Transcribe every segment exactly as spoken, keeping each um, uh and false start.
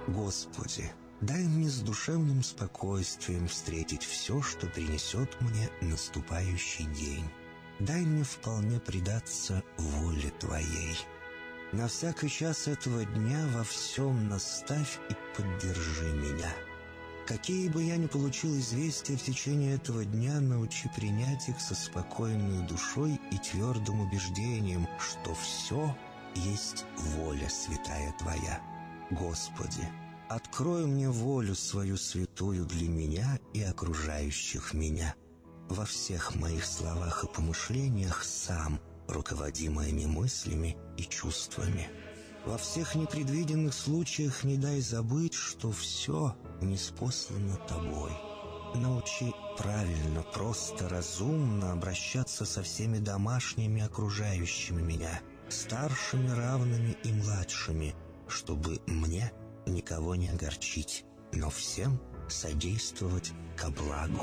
Господи, дай мне с душевным спокойствием встретить все, что принесет мне наступающий день. Дай мне вполне предаться воле Твоей. На всякий час этого дня во всем наставь и поддержи меня. Какие бы я ни получил известия в течение этого дня, научи принять их со спокойной душой и твердым убеждением, что все есть воля святая Твоя. Господи, открой мне волю свою святую для меня и окружающих меня. Во всех моих словах и помышлениях сам руководи моими мыслями и чувствами. Во всех непредвиденных случаях не дай забыть, что все ниспослано Тобой. Научи правильно, просто, разумно обращаться со всеми домашними окружающими меня, старшими, равными и младшими, чтобы мне никого не огорчить, но всем содействовать ко благу.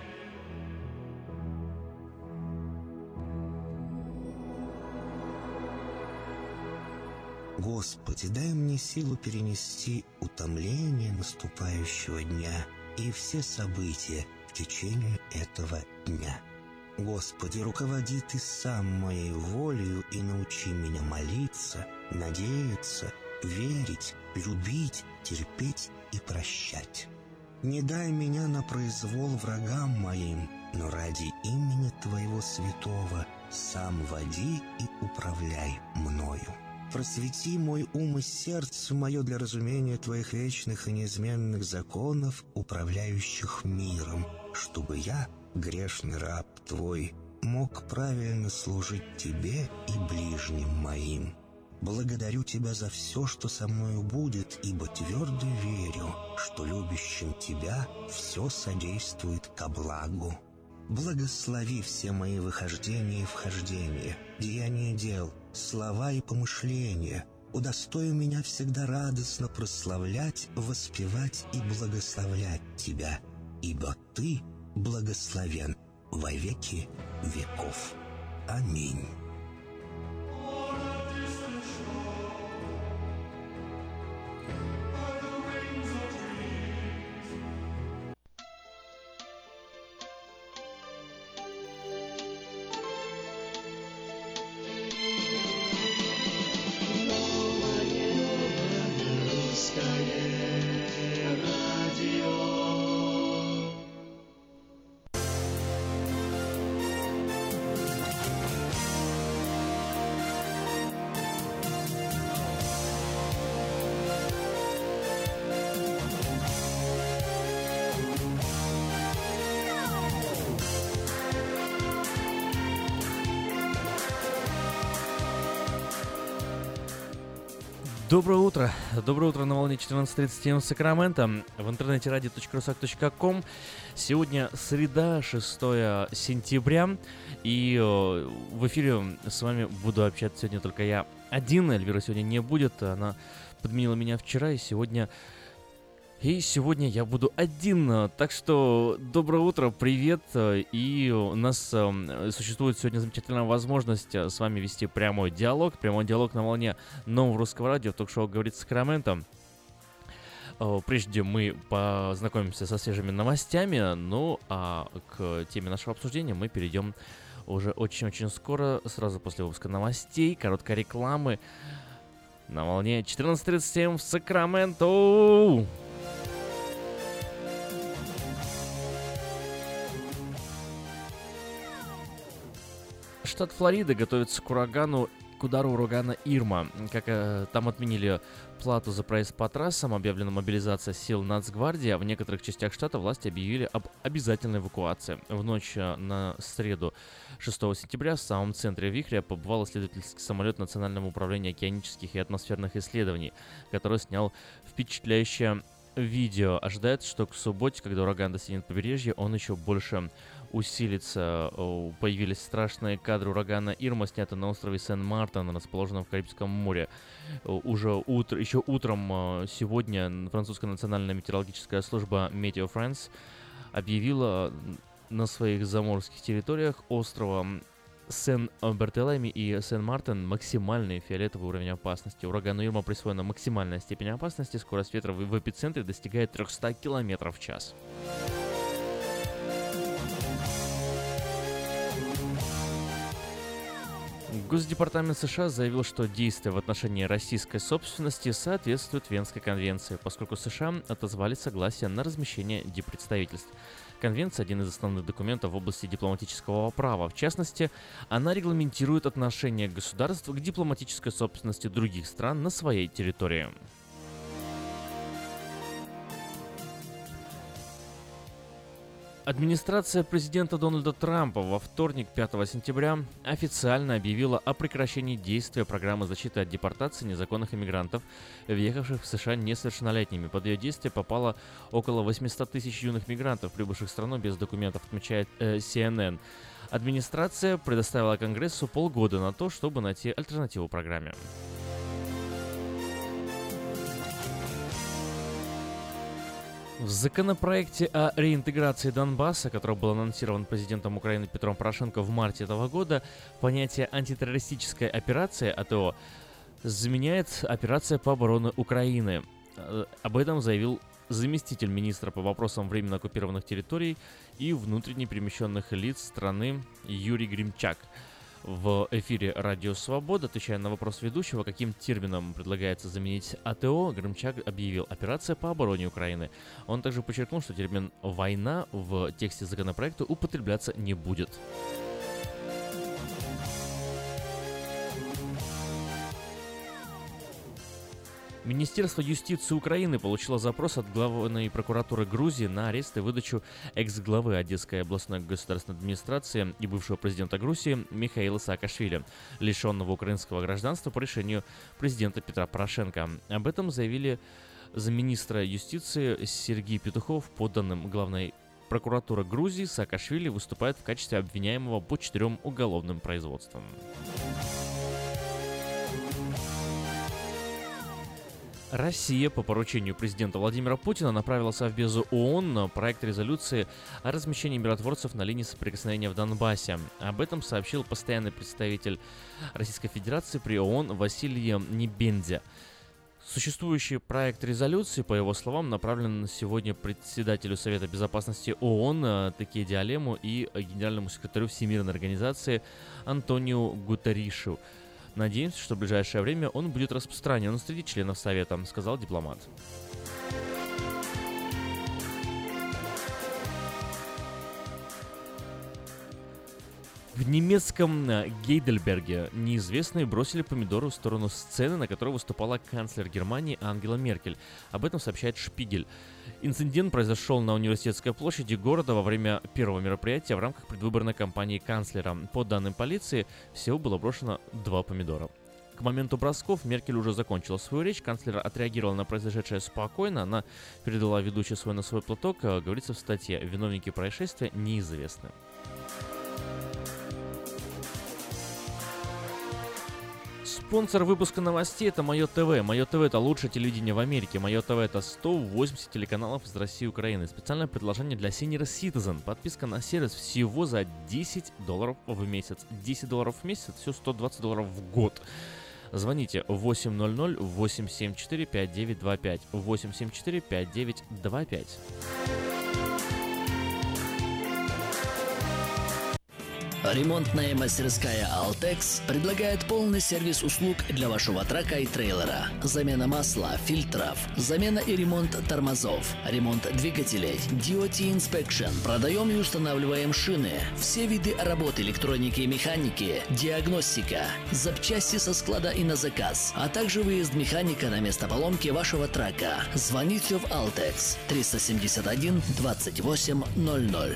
Господи, дай мне силу перенести утомление наступающего дня и все события в течение этого дня. Господи, руководи Ты сам моей волею и научи меня молиться, надеяться, верить, любить, терпеть и прощать. Не дай меня на произвол врагам моим, но ради имени Твоего святого сам води и управляй мною. Просвети мой ум и сердце мое для разумения Твоих вечных и неизменных законов, управляющих миром, чтобы я, грешный раб Твой, мог правильно служить Тебе и ближним моим. Благодарю Тебя за все, что со мною будет, ибо твердо верю, что любящим Тебя все содействует ко благу. Благослови все мои выхождения и вхождения, деяния дел, слова и помышления. Удостой меня всегда радостно прославлять, воспевать и благословлять Тебя, ибо Ты благословен во веки веков. Аминь. Доброе утро. Доброе утро на волне четырнадцать тридцать эм Сакраменто. В интернете радио точка русак точка ком. Сегодня среда, шестое сентября. И в эфире с вами буду общаться сегодня только я один. Эльвира сегодня не будет. Она подменила меня вчера и сегодня... И сегодня я буду один, так что доброе утро, привет, и у нас э, существует сегодня замечательная возможность с вами вести прямой диалог, прямой диалог на волне нового русского радио, ток-шоу «Говорит Сакраменто». Э, прежде мы познакомимся со свежими новостями, ну а к теме нашего обсуждения мы перейдем уже очень-очень скоро, сразу после выпуска новостей, короткой рекламы на волне четырнадцать тридцать эм в Сакраменто. Штат Флорида готовится к урагану, к удару урагана Ирма. Как э, там отменили плату за проезд по трассам, объявлена мобилизация сил Нацгвардии, а в некоторых частях штата власти объявили об обязательной эвакуации. В ночь на среду шестого сентября в самом центре вихря побывал исследовательский самолет Национального управления океанических и атмосферных исследований, который снял впечатляющее видео. Ожидается, что к субботе, когда ураган достигнет побережья, он еще больше усилится. Появились страшные кадры урагана Ирма, снятые на острове Сен-Мартин, расположенном в Карибском море. Уже утро, еще утром сегодня французская национальная метеорологическая служба Meteo France объявила на своих заморских территориях острова Сен-Бартелеми и Сен-Мартен максимальный фиолетовый уровень опасности. Урагану Ирма присвоена максимальная степень опасности. Скорость ветра в эпицентре достигает триста километров в час. Госдепартамент США заявил, что действия в отношении российской собственности соответствуют Венской конвенции, поскольку США отозвали согласие на размещение диппредставительств. Конвенция – один из основных документов в области дипломатического права. В частности, она регламентирует отношение государств к дипломатической собственности других стран на своей территории. Администрация президента Дональда Трампа во вторник, пятого сентября, официально объявила о прекращении действия программы защиты от депортации незаконных иммигрантов, въехавших в США несовершеннолетними. Под ее действие попало около восемьсот тысяч юных мигрантов, прибывших в страну без документов, отмечает э, си эн эн. Администрация предоставила Конгрессу полгода на то, чтобы найти альтернативу программе. В законопроекте о реинтеграции Донбасса, который был анонсирован президентом Украины Петром Порошенко в марте этого года, понятие антитеррористическая операция а тэ о заменяет операция по обороне Украины. Об этом заявил заместитель министра по вопросам временно оккупированных территорий и внутренне перемещенных лиц страны Юрий Гримчак. В эфире «Радио Свобода», отвечая на вопрос ведущего, каким термином предлагается заменить а тэ о, Громчак объявил «Операция по обороне Украины». Он также подчеркнул, что термин «война» в тексте законопроекта употребляться не будет. Министерство юстиции Украины получило запрос от главной прокуратуры Грузии на арест и выдачу экс-главы Одесской областной государственной администрации и бывшего президента Грузии Михаила Саакашвили, лишенного украинского гражданства по решению президента Петра Порошенко. Об этом заявили замминистра юстиции Сергей Петухов. По данным главной прокуратуры Грузии, Саакашвили выступает в качестве обвиняемого по четырем уголовным производствам. Россия по поручению президента Владимира Путина направила Совбезу ООН на проект резолюции о размещении миротворцев на линии соприкосновения в Донбассе. Об этом сообщил постоянный представитель Российской Федерации при ООН Василий Небензя. Существующий проект резолюции, по его словам, направлен сегодня председателю Совета Безопасности ООН Такеде Алему и генеральному секретарю Всемирной организации Антониу Гутерришу. Надеемся, что в ближайшее время он будет распространен среди членов Совета, сказал дипломат. В немецком Гейдельберге неизвестные бросили помидоры в сторону сцены, на которой выступала канцлер Германии Ангела Меркель. Об этом сообщает Шпигель. Инцидент произошел на Университетской площади города во время первого мероприятия в рамках предвыборной кампании канцлера. По данным полиции, всего было брошено два помидора. К моменту бросков Меркель уже закончила свою речь. Канцлер отреагировала на произошедшее спокойно. Она передала ведущий свой носовой платок. Говорится в статье: виновники происшествия неизвестны. Спонсор выпуска новостей — это Мое ТВ. Мое ТВ — это лучшее телевидение в Америке. Мое ТВ — это сто восемьдесят телеканалов из России и Украины. Специальное предложение для Senior Citizen. Подписка на сервис всего за десять долларов в месяц. десять долларов в месяц — все сто двадцать долларов в год. Звоните восемь ноль ноль восемь семь четыре пять девять два пять. восемь семь четыре пять девять два пять. Ремонтная мастерская «Алтекс» предлагает полный сервис услуг для вашего трака и трейлера. Замена масла, фильтров, замена и ремонт тормозов, ремонт двигателей, ди о ти Inspection. Продаем и устанавливаем шины, все виды работ электроники и механики, диагностика, запчасти со склада и на заказ, а также выезд механика на место поломки вашего трака. Звоните в «Алтекс» триста семьдесят один двадцать восемь ноль ноль.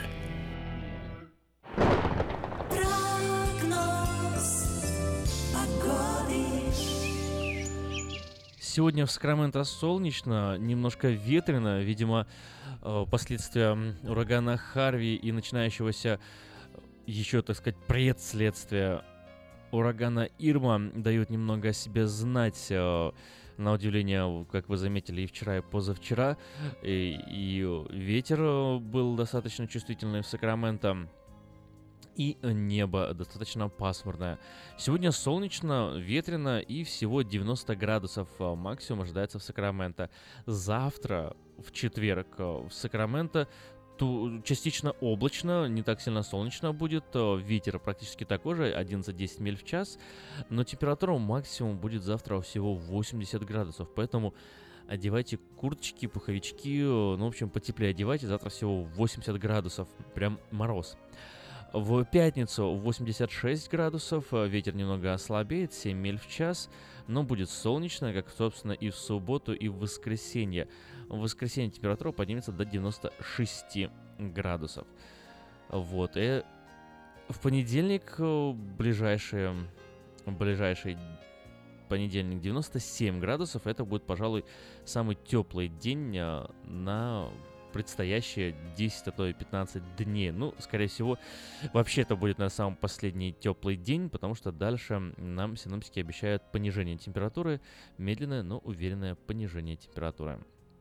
Сегодня в Сакраменто солнечно, немножко ветрено, видимо, последствия урагана Харви и начинающегося еще, так сказать, предследствия урагана Ирма дают немного о себе знать. На удивление, как вы заметили, и вчера, и позавчера, и, и ветер был достаточно чувствительный в Сакраменто. И небо достаточно пасмурное. Сегодня солнечно, ветрено и всего девяносто градусов максимум ожидается в Сакраменто. Завтра, в четверг, в Сакраменто ту, частично облачно, не так сильно солнечно будет. Ветер практически такой же, одиннадцать-десять миль в час. Но температура максимум будет завтра всего восемьдесят градусов. Поэтому одевайте курточки, пуховички. Ну, в общем, потеплее одевайте. Завтра всего восемьдесят градусов. Прям мороз. В пятницу восемьдесят шесть градусов, ветер немного ослабеет, семь миль в час, но будет солнечно, как, собственно, и в субботу, и в воскресенье. В воскресенье температура поднимется до девяноста шести градусов. Вот, и в понедельник, ближайший, ближайший понедельник, девяносто семь градусов, это будет, пожалуй, самый теплый день на предстоящие десять, а то и пятнадцать дней. Ну, скорее всего, вообще это будет на самый последний теплый день, потому что дальше нам синоптики обещают понижение температуры, медленное, но уверенное понижение температуры.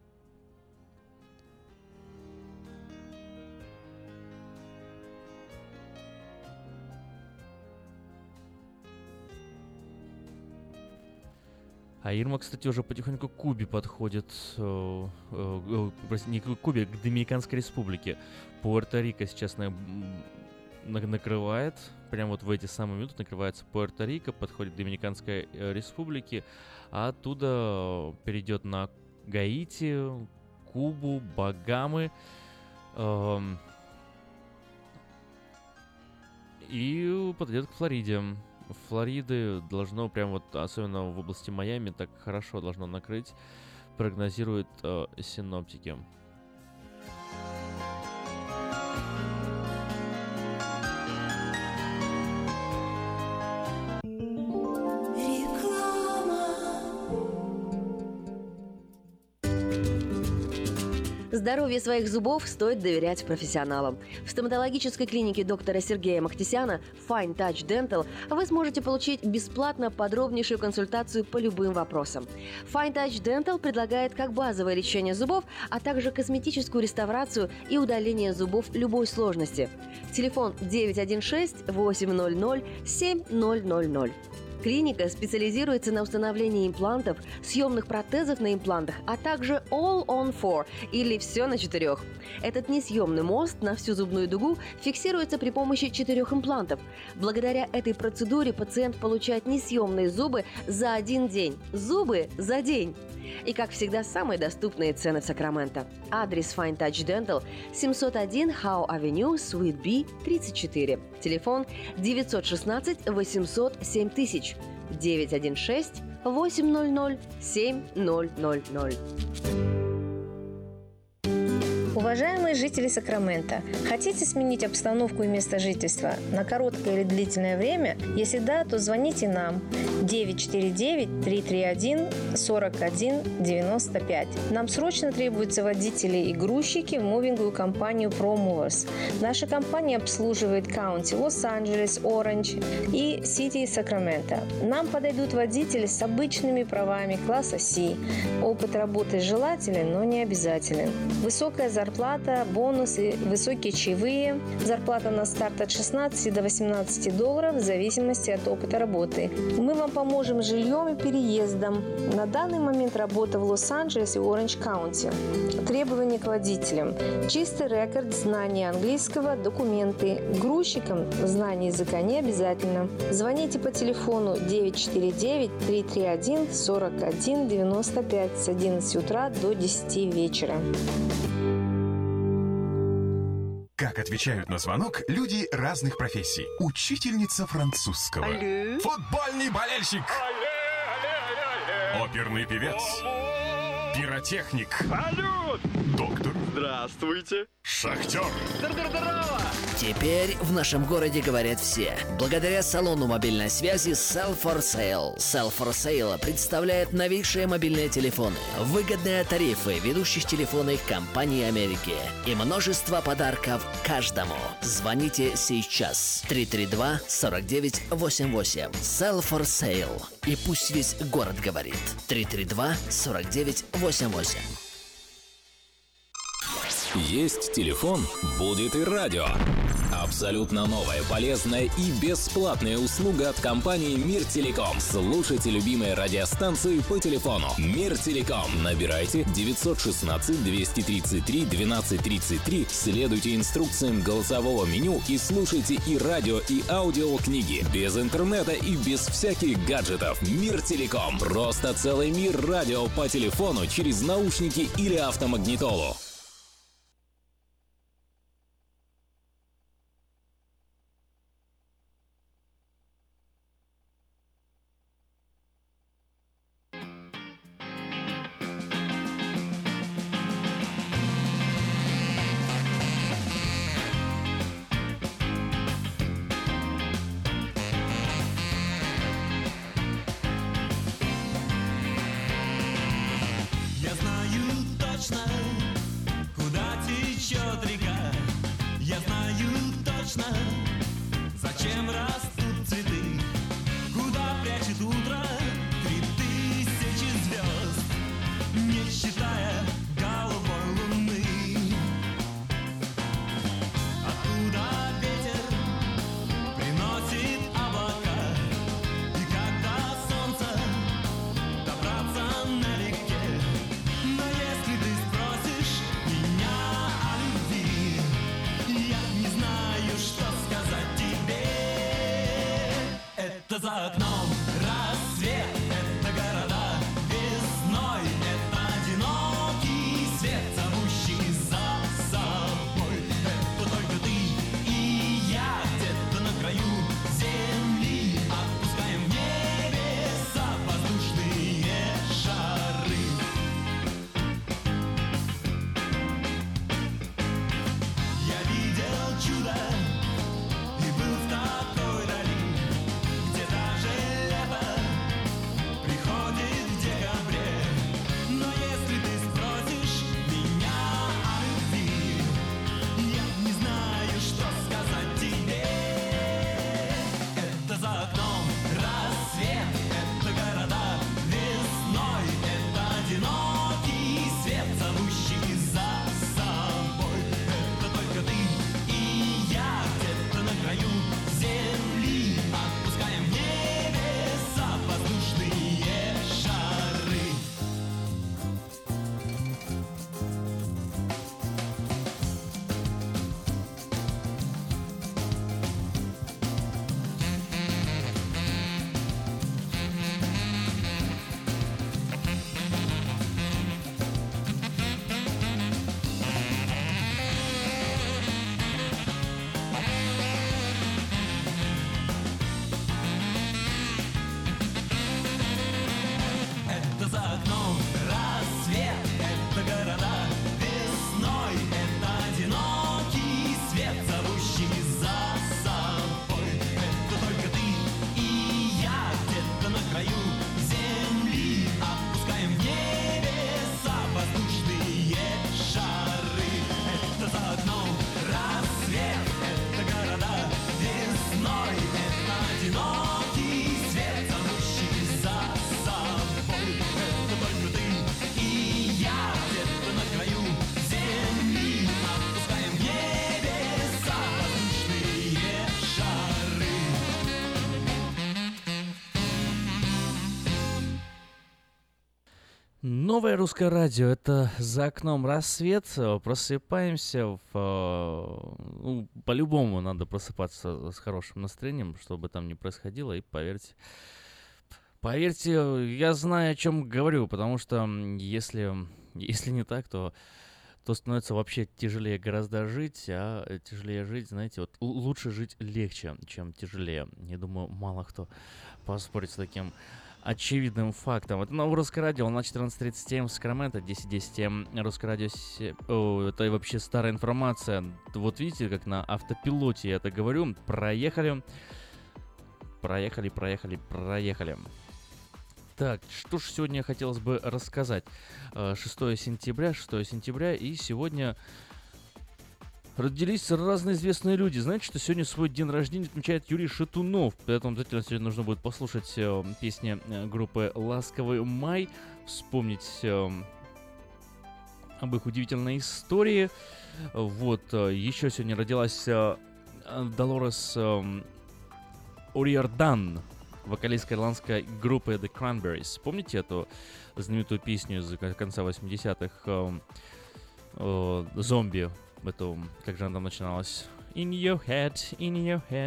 А Ирма, кстати, уже потихоньку к Кубе подходит, э, э, прости, не к Кубе, к Доминиканской республике. Пуэрто-Рико сейчас на, на, накрывает, прямо вот в эти самые минуты накрывается Пуэрто-Рико, подходит к Доминиканской республике, а оттуда перейдет на Гаити, Кубу, Багамы, э, и подойдет к Флориде. Флориды должно прям вот, особенно в области Майами, так хорошо должно накрыть, прогнозируют э, синоптики. Здоровье своих зубов стоит доверять профессионалам. В стоматологической клинике доктора Сергея Махтисяна Fine Touch Dental вы сможете получить бесплатно подробнейшую консультацию по любым вопросам. Fine Touch Dental предлагает как базовое лечение зубов, а также косметическую реставрацию и удаление зубов любой сложности. Телефон девять один шесть восемь ноль ноль семь ноль ноль ноль. Клиника специализируется на установлении имплантов, съемных протезов на имплантах, а также All on Four или все на четырех. Этот несъемный мост на всю зубную дугу фиксируется при помощи четырех имплантов. Благодаря этой процедуре пациент получает несъемные зубы за один день. Зубы за день! И, как всегда, самые доступные цены в Сакраменто. Адрес Fine Touch Dental семьсот один Howe Avenue, Suite B, тридцать четыре. Телефон девять один шесть восемьсот семь тысяч. девять один шесть восемь ноль ноль семь ноль ноль ноль. Уважаемые жители Сакрамента, хотите сменить обстановку и место жительства на короткое или длительное время? Если да, то звоните нам девять четыре девять три три один сорок один девяносто пять. Нам срочно требуются водители и грузчики в мувинговую компанию ProMovers. Наша компания обслуживает каунти Лос-Анджелес, Оранж и Сити Сакраменто. Нам подойдут водители с обычными правами класса C. Опыт работы желателен, но не обязателен. Высокая зарплата Зарплата, бонусы, высокие чаевые. Зарплата на старт от шестнадцати до восемнадцати долларов в зависимости от опыта работы. Мы вам поможем с жильем и переездом. На данный момент работа в Лос-Анджелесе и Оранж-Каунти. Требования к водителям. Чистый рекорд, знание английского, документы. Грузчикам знание языка не обязательно. Звоните по телефону девять четыре девять три три один сорок один девяносто пять с одиннадцати утра до десяти вечера. Как отвечают на звонок люди разных профессий. Учительница французского. Алле. Футбольный болельщик. Алле, алле, алле. Оперный певец. Алло. Пиротехник. Салют. Доктор. Здравствуйте. Шахтер. Здорово. Теперь в нашем городе говорят все. Благодаря салону мобильной связи Cell for Sale. Cell for Sale представляет новейшие мобильные телефоны, выгодные тарифы ведущих телефонных компаний Америки и множество подарков каждому. Звоните сейчас. три три два сорок девять восемьдесят восемь. Cell for Sale. И пусть весь город говорит. три три два сорок девять восемьдесят восемь. Есть телефон, будет и радио. Абсолютно новая, полезная и бесплатная услуга от компании Мир Телеком. Слушайте любимые радиостанции по телефону. Мир Телеком. Набирайте девятьсот шестнадцать двести тридцать три двенадцать тридцать три, следуйте инструкциям голосового меню и слушайте и радио, и аудиокниги. Без интернета и без всяких гаджетов. Мир Телеком. Просто целый мир радио по телефону через наушники или автомагнитолу. Новое русское радио, это за окном рассвет, просыпаемся, в, ну, по-любому надо просыпаться с хорошим настроением, что бы там ни происходило, и поверьте, поверьте, я знаю, о чем говорю, потому что если, если не так, то, то становится вообще тяжелее гораздо жить, а тяжелее жить, знаете, вот лучше жить легче, чем тяжелее. Я думаю, мало кто поспорит с таким очевидным фактом. Это новое русское радио, на четырнадцать тридцать эм в Сакраменто, десять десять эм, русское радио, се... О, это вообще старая информация. Вот видите, как на автопилоте я это говорю. Проехали, проехали, проехали, проехали. Так, что ж сегодня хотелось бы рассказать. шестое сентября, шестое сентября, и сегодня родились разные известные люди. Знаете, что сегодня свой день рождения отмечает Юрий Шатунов. Поэтому обязательно сегодня нужно будет послушать э, песни группы «Ласковый май», вспомнить, э, об их удивительной истории. Вот, еще сегодня родилась Долорес О'Риордан, вокалистка ирландской группы The Cranberries. Помните эту знаменитую песню из конца восьмидесятых «Зомби»? Эту, как же она там начиналась? In your head, in your head.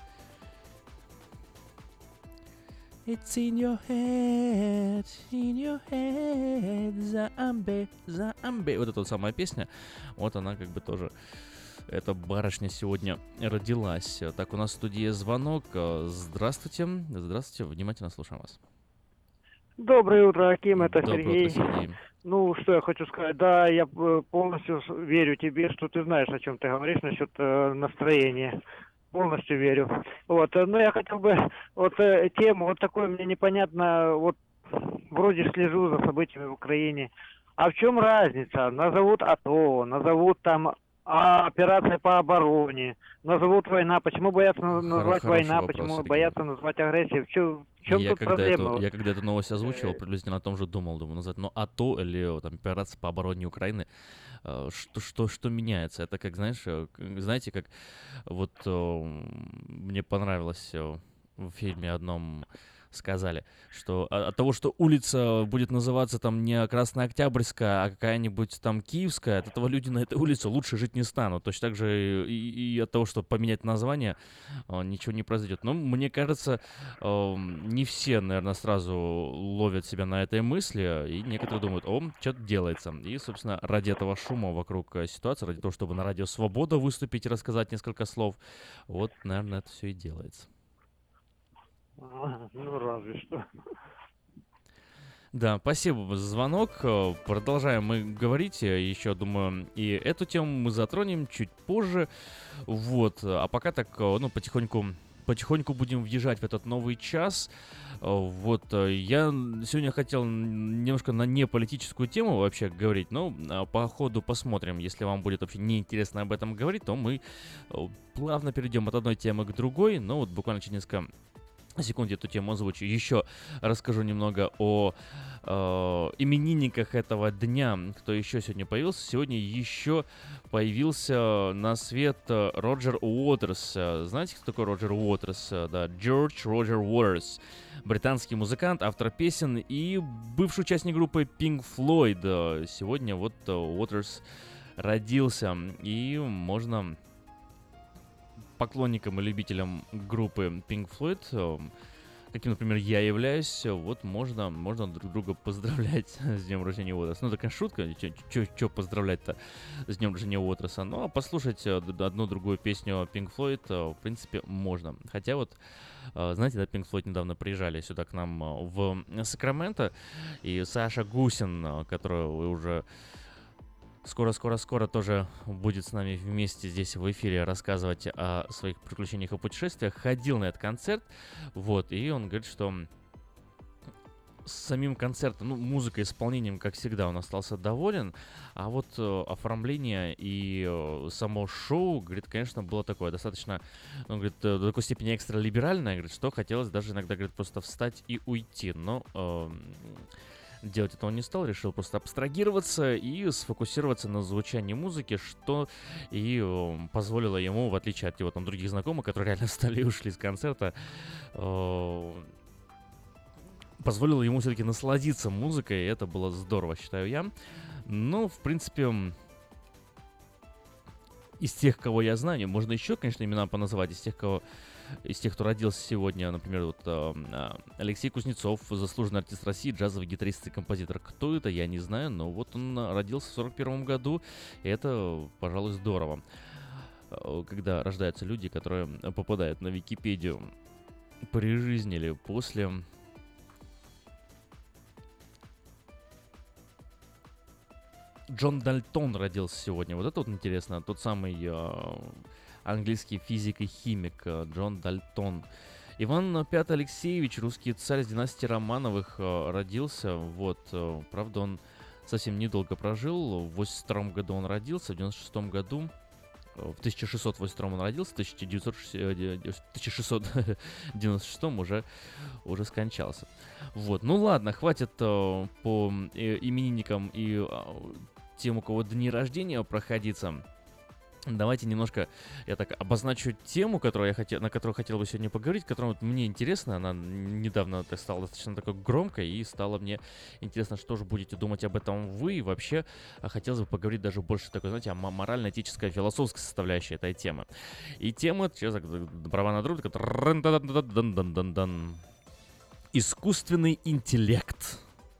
It's in your head, in your head, zombie, zombie. Вот эта вот самая песня, вот она как бы тоже, эта барышня сегодня родилась. Так, у нас в студии звонок. Здравствуйте, здравствуйте, внимательно слушаем вас. Доброе утро, Аким, это Доброе Сергей. утро, Сергей. Ну, что я хочу сказать, да, я полностью верю тебе, что ты знаешь, о чем ты говоришь насчет э, настроения. Полностью верю. Вот, но я хотел бы, вот э, тему, вот такое мне непонятно, вот вроде слежу за событиями в Украине. А в чем разница? Назовут АТО, назовут там а, операция по обороне, назовут война. Почему боятся назвать Хороший война? вопрос, Почему Сергей. боятся назвать агрессию? В чем, в чем Я тут когда, проблема? эту, я когда эту новость озвучивал, приблизительно о том же думал, думаю, назвать, но АТО или там операция по обороне Украины, э, что, что, что меняется? Это как, знаешь, э, к- знаете, как вот э, мне понравилось э, в фильме одном сказали, что о- от того, что улица будет называться там не Краснооктябрьская, а какая-нибудь там Киевская, от этого люди на этой улице лучше жить не станут. Точно так же и, и от того, что поменять название, э, ничего не произойдет. Но мне кажется, э, не все, наверное, сразу ловят себя на этой мысли, и некоторые думают, о, что-то делается. И, собственно, ради этого шума вокруг э, ситуации, ради того, чтобы на радио «Свобода» выступить и рассказать несколько слов, вот, наверное, это все и делается. А, ну, разве что. Да, спасибо за звонок. Э, Продолжаем мы говорить. Э, Еще, думаю, и эту тему мы затронем чуть позже. Вот. А пока так, э, ну, потихоньку, потихоньку будем въезжать в этот новый час. Э, Вот. э, Я сегодня хотел немножко на неполитическую тему вообще говорить, но э, по ходу посмотрим. Если вам будет вообще неинтересно об этом говорить, то мы э, плавно перейдем от одной темы к другой. Но вот буквально через несколько секунд я эту тему озвучу. Еще расскажу немного о э, именинниках этого дня. Кто еще сегодня появился? Сегодня еще появился на свет э, Роджер Уотерс. Э, Знаете, кто такой Роджер Уотерс? Э, Да, Джордж Роджер Уотерс. Британский музыкант, автор песен и бывший участник группы Pink Floyd. Э, Сегодня вот э, Уотерс родился. И можно поклонникам и любителям группы Pink Floyd, э, каким, например, я являюсь, э, вот можно, можно друг друга поздравлять с днем рождения Уотерса. Ну, такая шутка, что поздравлять-то с днем рождения Уотерса. Ну, а послушать э, д- одну-другую песню Pink Floyd, э, в принципе, можно. Хотя вот, э, знаете, да, Pink Floyd недавно приезжали сюда к нам э, в Сакраменто, и Саша Гусин, э, которую вы уже скоро-скоро-скоро тоже будет с нами вместе здесь в эфире рассказывать о своих приключениях и путешествиях, ходил на этот концерт, вот, и он говорит, что с самим концертом, ну, музыкой, исполнением, как всегда, он остался доволен, а вот э, оформление и э, само шоу, говорит, конечно, было такое достаточно, он говорит, э, до такой степени экстралиберальное, говорит, что хотелось даже иногда, говорит, просто встать и уйти, но э, делать этого он не стал, решил просто абстрагироваться и сфокусироваться на звучании музыки, что и э, позволило ему, в отличие от его там других знакомых, которые реально встали и ушли с концерта, э, позволило ему все-таки насладиться музыкой, и это было здорово, считаю я. Ну, в принципе, из тех, кого я знаю, можно еще, конечно, имена поназывать, из тех, кого из тех, кто родился сегодня, например, вот э, Алексей Кузнецов, заслуженный артист России, джазовый гитарист и композитор. Кто это, я не знаю, но вот он родился в сорок первом году, и это, пожалуй, здорово, когда рождаются люди, которые попадают на Википедию при жизни или после. Джон Дальтон родился сегодня. Вот это вот интересно. Тот самый э, английский физик и химик э, Джон Дальтон. Иван Пят Алексеевич, русский царь из династии Романовых, э, родился. Вот, э, правда, он совсем недолго прожил. В восемьдесят втором году он родился, в девяносто шестом году, э, в тысяча шестьсот восемьдесят втором он родился, в тысяча шестьсот девяносто шестом уже, уже скончался. Вот, ну ладно, хватит э, по э, именинникам и э, тем, у кого дни рождения проходится, давайте немножко я так обозначу тему, которую я хотел, на которую хотел бы сегодня поговорить, которая вот мне интересна. Она недавно так стала достаточно такой громкой, и стало мне интересно, что же будете думать об этом вы. И вообще хотелось бы поговорить даже больше такой, знаете, о морально-этической, философской составляющей этой темы. И тема, сейчас права на друг, искусственный интеллект.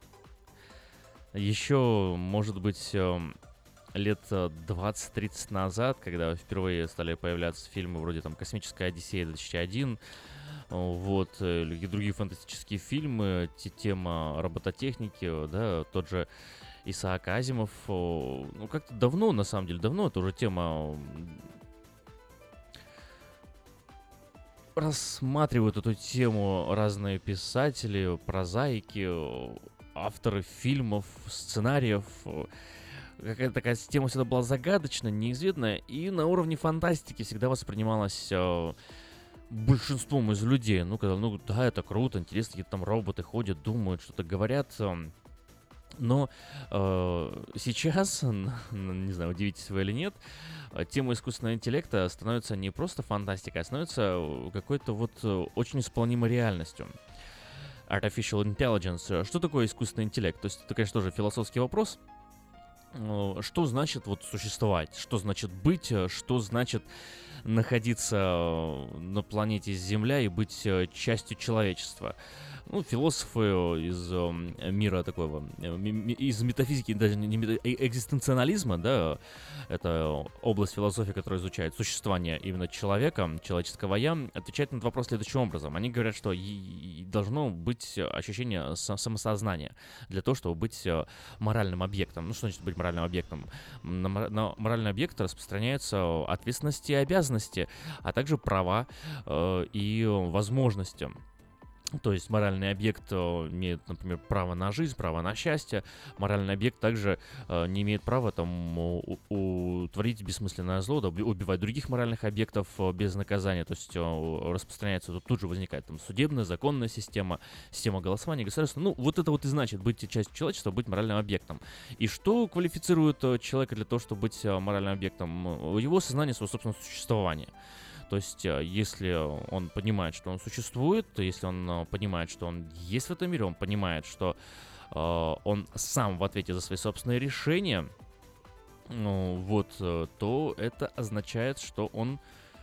Еще, может быть, лет двадцать-тридцать назад, когда впервые стали появляться фильмы вроде там «Космическая Одиссея две тысячи один», вот, и другие фантастические фильмы, тема робототехники, да, тот же Исаак Азимов, ну, как-то давно, на самом деле, давно это уже тема рассматривают эту тему разные писатели, прозаики, авторы фильмов, сценариев. Какая-то такая тема всегда была загадочная, неизведанная, и на уровне фантастики всегда воспринималась э, большинством из людей. Ну, когда, ну, да, это круто, интересно, какие-то там роботы ходят, думают, что-то говорят. Э, но э, сейчас, не знаю, удивитесь вы или нет, тема искусственного интеллекта становится не просто фантастикой, а становится какой-то вот очень исполнимой реальностью. Artificial Intelligence. Что такое искусственный интеллект? То есть это, конечно, тоже философский вопрос. Что значит вот существовать? Что значит быть? Что значит находиться на планете Земля и быть частью человечества? Ну, философы из мира такого, из метафизики, даже не экзистенциализма, да, это область философии, которая изучает существование именно человека, человеческого «я», отвечает на этот вопрос следующим образом. Они говорят, что должно быть ощущение самосознания для того, чтобы быть моральным объектом. Ну, что значит быть моральным объектом? На моральный объект распространяются ответственности и обязанности, а также права и возможности. То есть моральный объект имеет, например, право на жизнь, право на счастье. Моральный объект также э, не имеет права там утворить бессмысленное зло, да, убивать других моральных объектов э, без наказания. То есть э, распространяется, тут, тут же возникает там судебная, законная система, система голосования, государства. Ну, вот это вот и значит быть частью человечества, быть моральным объектом. И что квалифицирует человека для того, чтобы быть моральным объектом? Его сознание своего собственного существования. То есть, если он понимает, что он существует, если он понимает, что он есть в этом мире, он понимает, что э, он сам в ответе за свои собственные решения, ну, вот, то это означает, что он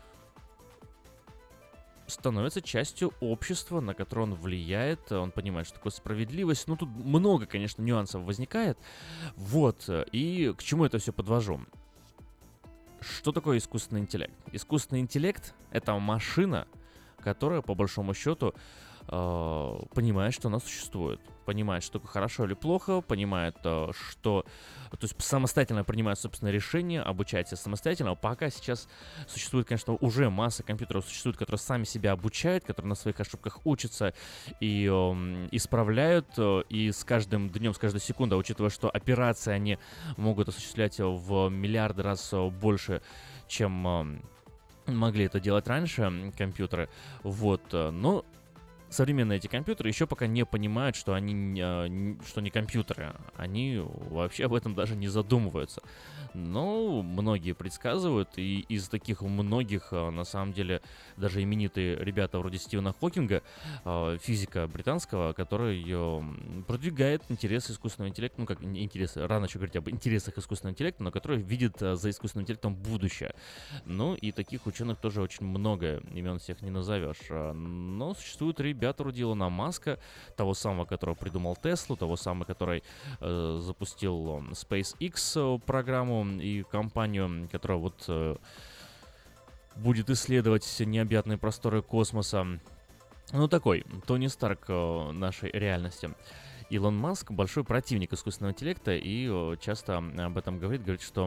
становится частью общества, на которое он влияет, он понимает, что такое справедливость. Ну, тут много, конечно, нюансов возникает. Вот, и к чему это все подвожу? Что такое искусственный интеллект? Искусственный интеллект — это машина, которая, по большому счету, э, понимает, что она существует. Понимает, что такое хорошо или плохо, понимает, э, что... То есть самостоятельно принимает собственное решение, обучается самостоятельно. Пока сейчас существует, конечно, уже масса компьютеров существует, которые сами себя обучают, которые на своих ошибках учатся и э, исправляют. Э, и с каждым днем, с каждой секундой, учитывая, что операции они могут осуществлять в миллиарды раз больше, чем э, могли это делать раньше компьютеры. Вот, но... Современные эти компьютеры еще пока не понимают, что они что не компьютеры. Они вообще об этом даже не задумываются. Но многие предсказывают, и из таких многих, на самом деле, даже именитые ребята вроде Стивена Хокинга, физика британского, который продвигает интересы искусственного интеллекта, ну как интересы, рано еще говорить об интересах искусственного интеллекта, но который видит за искусственным интеллектом будущее. Ну и таких ученых тоже очень много, имен всех не назовешь. Но существуют ребята, Ребята вроде Илона Маска, того самого, которого придумал Теслу, того самого, который э, запустил SpaceX программу и компанию, которая вот э, будет исследовать необъятные просторы космоса. Ну, такой Тони Старк э, нашей реальности. Илон Маск большой противник искусственного интеллекта и э, часто об этом говорит, говорит, что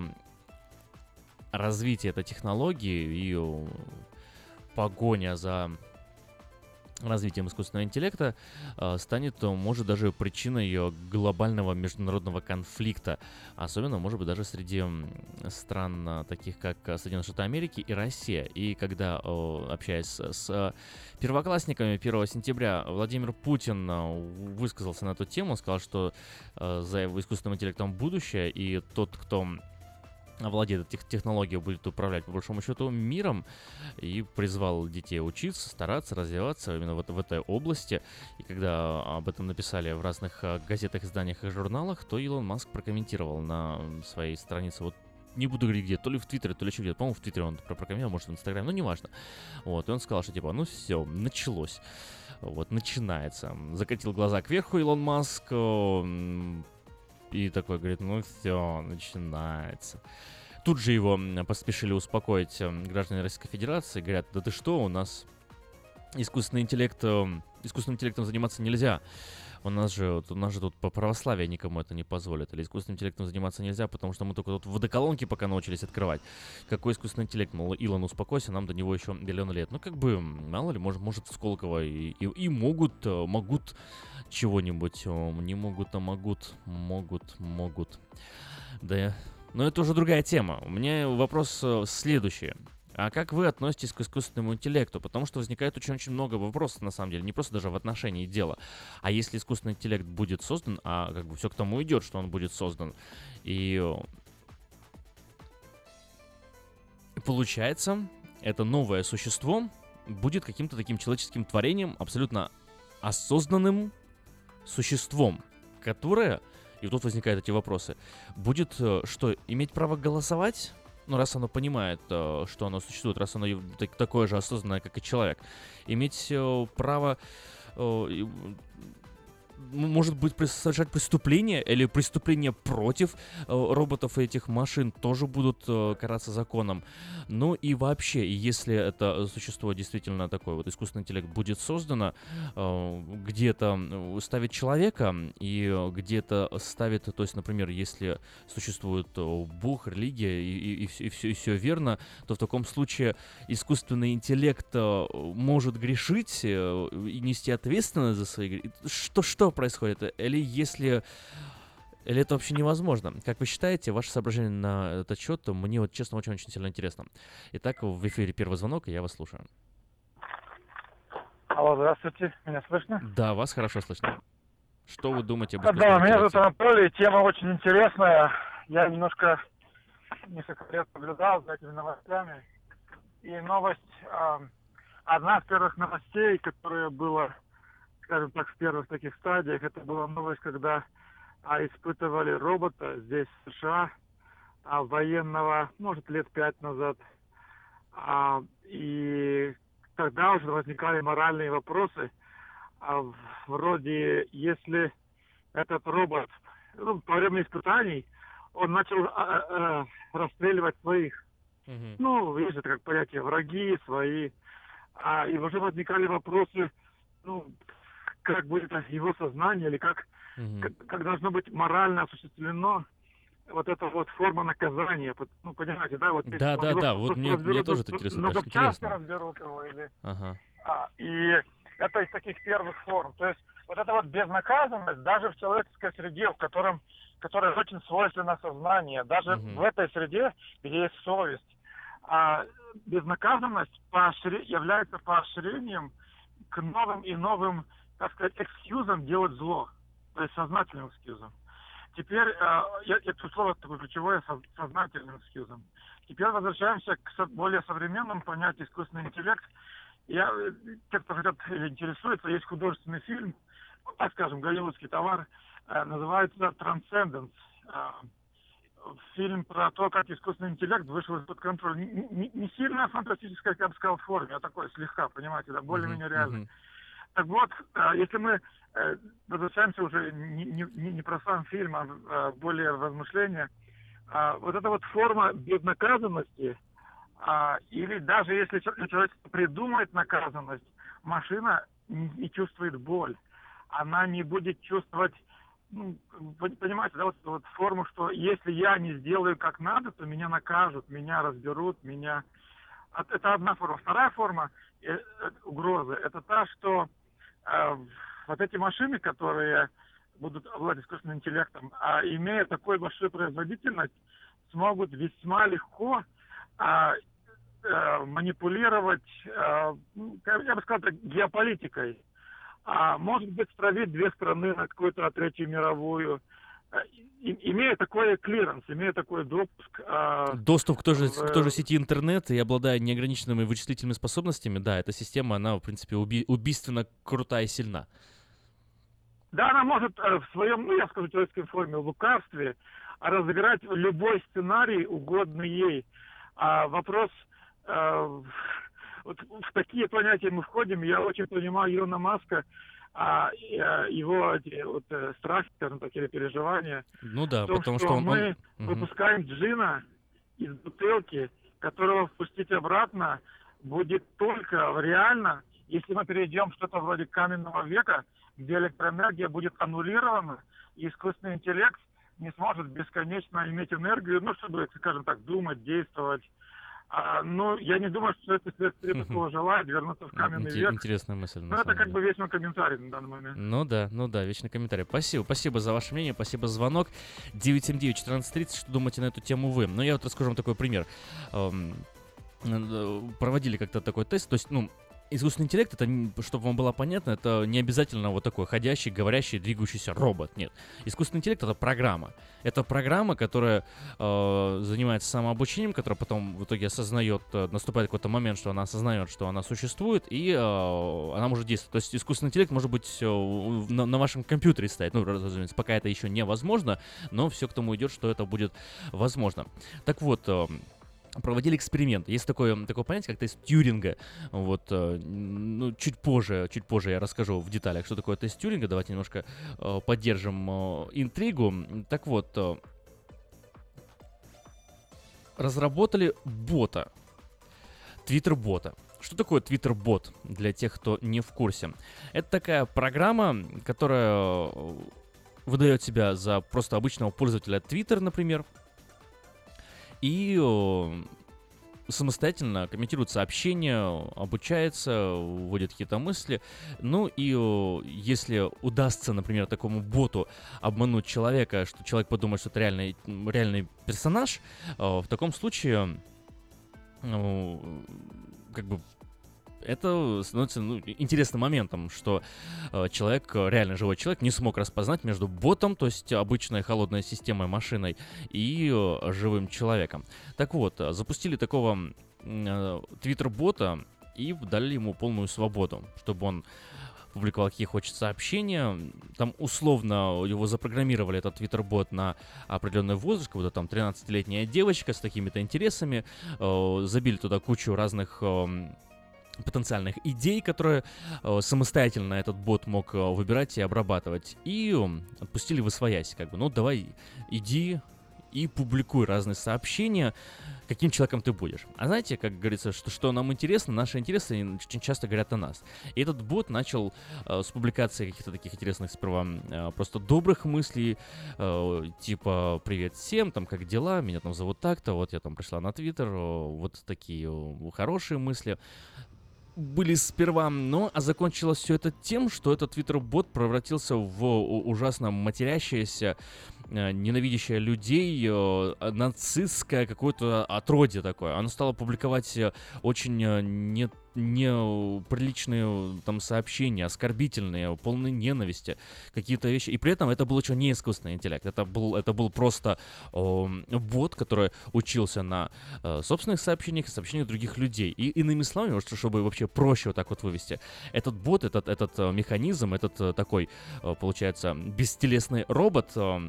развитие этой технологии и э, погоня за развитием искусственного интеллекта э, станет, э, может, даже причиной э, глобального международного конфликта. Особенно, может быть, даже среди м, стран, э, таких как э, Соединенные Штаты Америки и Россия. И когда, э, общаясь с, с э, первоклассниками первого сентября, Владимир Путин э, высказался на эту тему, сказал, что э, за его искусственным интеллектом будущее, и тот, кто овладеет этих технологией, будет управлять, по большому счету, миром, и призвал детей учиться, стараться, развиваться именно в, в этой области. И когда об этом написали в разных газетах, изданиях и журналах, то Илон Маск прокомментировал на своей странице, вот не буду говорить где, то ли в Твиттере, то ли еще где-то, по-моему, в Твиттере он прокомментировал, может, в Инстаграме, но неважно. Вот, и он сказал, что типа, ну все, началось. Вот, начинается. Закатил глаза кверху Илон Маск, и такой говорит, ну все, начинается. Тут же его поспешили успокоить граждане Российской Федерации. Говорят, да ты что, у нас искусственный интеллект, искусственным интеллектом заниматься нельзя. У нас же, у нас же тут по православию никому это не позволит. Или искусственным интеллектом заниматься нельзя, потому что мы только тут водоколонки пока научились открывать. Какой искусственный интеллект? Мол, Илон, успокойся, нам до него еще миллион лет. Ну, как бы, мало ли, может, может Сколково и, и, и могут, могут чего-нибудь. Не могут, а могут, могут, могут. Да, но это уже другая тема. У меня вопрос следующий. А как вы относитесь к искусственному интеллекту? Потому что возникает очень-очень много вопросов, на самом деле, не просто даже в отношении дела. А если искусственный интеллект будет создан, а как бы все к тому идет, что он будет создан, и получается, это новое существо будет каким-то таким человеческим творением, абсолютно осознанным существом, которое, и тут возникают эти вопросы, будет что, иметь право голосовать? Ну, раз оно понимает, что оно существует, раз оно такое же осознанное, как и человек, иметь право, может быть, совершать преступления или преступления против роботов и этих машин тоже будут караться законом. Ну и вообще, если это существо действительно такое, вот искусственный интеллект будет создано, где-то ставит человека и где-то ставит, то есть, например, если существует Бог, религия и, и, и, все, и, все, и все верно, то в таком случае искусственный интеллект может грешить и нести ответственность за свои грехи. Что, что происходит? Или если... Или это вообще невозможно? Как вы считаете, ваше соображение на этот счет, мне вот честно очень-очень сильно интересно. Итак, в эфире первый звонок, и я вас слушаю. Алло, здравствуйте, меня слышно? Да, вас хорошо слышно. Что вы думаете об искусственном Да, интеллекте? меня зовут Анатолий, тема очень интересная. Я немножко несколько лет наблюдал за этими новостями. И новость, э, одна из первых новостей, которая была, скажем так, в первых таких стадиях, это была новость, когда а, испытывали робота здесь, в США, а, военного, может, лет пять назад. А, и тогда уже возникали моральные вопросы, а, вроде, если этот робот, ну, во время испытаний, он начал а, а, расстреливать своих. Mm-hmm. Ну, есть это как понятие враги, свои. А, и уже возникали вопросы, ну, как будет его сознание, или как, mm-hmm. как, как должно быть морально осуществлено вот эта вот форма наказания. Ну, понимаете, да? Вот, да, да, да, вот мне, мне тоже это интересно. Ну, как часто разберут его, или... Ага. А, и это из таких первых форм. То есть вот эта вот безнаказанность даже в человеческой среде, в котором, которая очень свойственна сознанию, даже mm-hmm. в этой среде, где есть совесть, а безнаказанность поощр... является поощрением к новым и новым, так сказать, экскьюзам делать зло, то есть сознательным экскьюзам. Теперь, э, это слово такое ключевое, сознательным экскьюзам. Теперь возвращаемся к более современному понятию искусственный интеллект. Я, те, кто хотят или интересуется, есть художественный фильм, так скажем, голливудский товар, э, называется «Трансценденс». Э, фильм про то, как искусственный интеллект вышел из-под контроля. Не, не, не сильно фантастической, как я бы сказал, форме, а такой слегка, понимаете, да, более-менее реальный. Mm-hmm. Так вот, если мы возвращаемся уже не, не, не про сам фильм, а более в размышления, вот эта вот форма безнаказанности, или даже если человек придумает наказанность, машина не чувствует боль. Она не будет чувствовать, ну, понимаете, да, вот, вот форму, что если я не сделаю как надо, то меня накажут, меня разберут, меня... это одна форма. Вторая форма э, угрозы – это та, что э, вот эти машины, которые будут обладать искусственным интеллектом, а имея такую большую производительность, смогут весьма легко а, а, манипулировать, а, я бы сказал так, геополитикой. А, может быть, стравить две страны на какую-то третью мировую, а, и, имея такой клиренс, имея такой допуск. А, Доступ к той же, в... к той же сети интернет и обладая неограниченными вычислительными способностями, да, эта система, она, в принципе, уби- убийственно крутая и сильна. Да, она может э, в своем, ну, я скажу, человеческой форме, в лукавстве, разыграть любой сценарий, угодный ей. А вопрос, э, вот в такие понятия мы входим, я очень понимаю Илона Маска, а, э, его эти, вот, э, страхи, скажем так, или переживания. Ну да, том, потому что, что он... мы он... выпускаем джина из бутылки, которого впустить обратно будет только реально, если мы перейдем в что-то вроде каменного века, где электроэнергия будет аннулирована, и искусственный интеллект не сможет бесконечно иметь энергию, ну, чтобы, скажем так, думать, действовать. А, ну, я не думаю, что это следствие такого желает вернуться в каменный Ин- век. Интересная мысль. Ну, это как бы весь мой комментарий на данный момент. Ну да, ну да, вечный комментарий. Спасибо, спасибо за ваше мнение, спасибо за звонок. девять семь девять четырнадцать тридцать, что думаете на эту тему вы? Ну, я вот расскажу вам такой пример. Эм, проводили как-то такой тест, то есть, ну, искусственный интеллект, это, чтобы вам было понятно, это не обязательно вот такой ходящий, говорящий, двигающийся робот. Нет. Искусственный интеллект — это программа. Это программа, которая э, занимается самообучением, которая потом в итоге осознает, э, наступает какой-то момент, что она осознает, что она существует, и э, она может действовать. То есть искусственный интеллект может быть э, на, на вашем компьютере стоять. Ну, разумеется, пока это еще невозможно, но все к тому идет, что это будет возможно. Так вот, э, проводили эксперимент. Есть такое, такое понятие, как тест Тьюринга. Вот, э, ну, чуть позже, чуть позже я расскажу в деталях, что такое тест Тьюринга. Давайте немножко э, поддержим э, интригу. Так вот, э, разработали бота. Твиттер-бота. Что такое Твиттер-бот, для тех, кто не в курсе? Это такая программа, которая выдает себя за просто обычного пользователя Twitter, например, и о, самостоятельно комментирует сообщения, обучается, вводит какие-то мысли. Ну и о, если удастся, например, такому боту обмануть человека, что человек подумает, что это реальный, реальный персонаж, о, в таком случае о, как бы это становится, ну, интересным моментом, что э, человек, реально живой человек, не смог распознать между ботом, то есть обычной холодной системой, машиной, и э, живым человеком. Так вот, запустили такого э, твиттер-бота и дали ему полную свободу, чтобы он публиковал какие хочет сообщения. Там условно его запрограммировали, этот твиттер-бот, на определенный возраст, как будто там тринадцатилетняя девочка с такими-то интересами, э, забили туда кучу разных Э, потенциальных идей, которые э, самостоятельно этот бот мог э, выбирать и обрабатывать. И э, отпустили восвоясь, как бы, ну давай, иди и публикуй разные сообщения, каким человеком ты будешь. А знаете, как говорится, что, что нам интересно, наши интересы очень часто говорят о нас. И этот бот начал э, с публикации каких-то таких интересных сперва э, просто добрых мыслей, э, типа «Привет всем, там, как дела, меня там зовут так-то, вот я там пришла на Твиттер», э, вот такие э, хорошие мысли были сперва, но а закончилось все это тем, что этот твиттер-бот превратился в ужасно матерящееся, ненавидящее людей, нацистское какое-то отродье такое. Оно стало публиковать очень не, неприличные там сообщения, оскорбительные, полные ненависти, какие-то вещи. И при этом это был еще не искусственный интеллект. Это был, это был просто э, бот, который учился на э, собственных сообщениях и сообщениях других людей. И иными словами, чтобы вообще проще вот так вот вывести, этот бот, этот, этот э, механизм, этот э, такой, э, получается, бестелесный робот, э,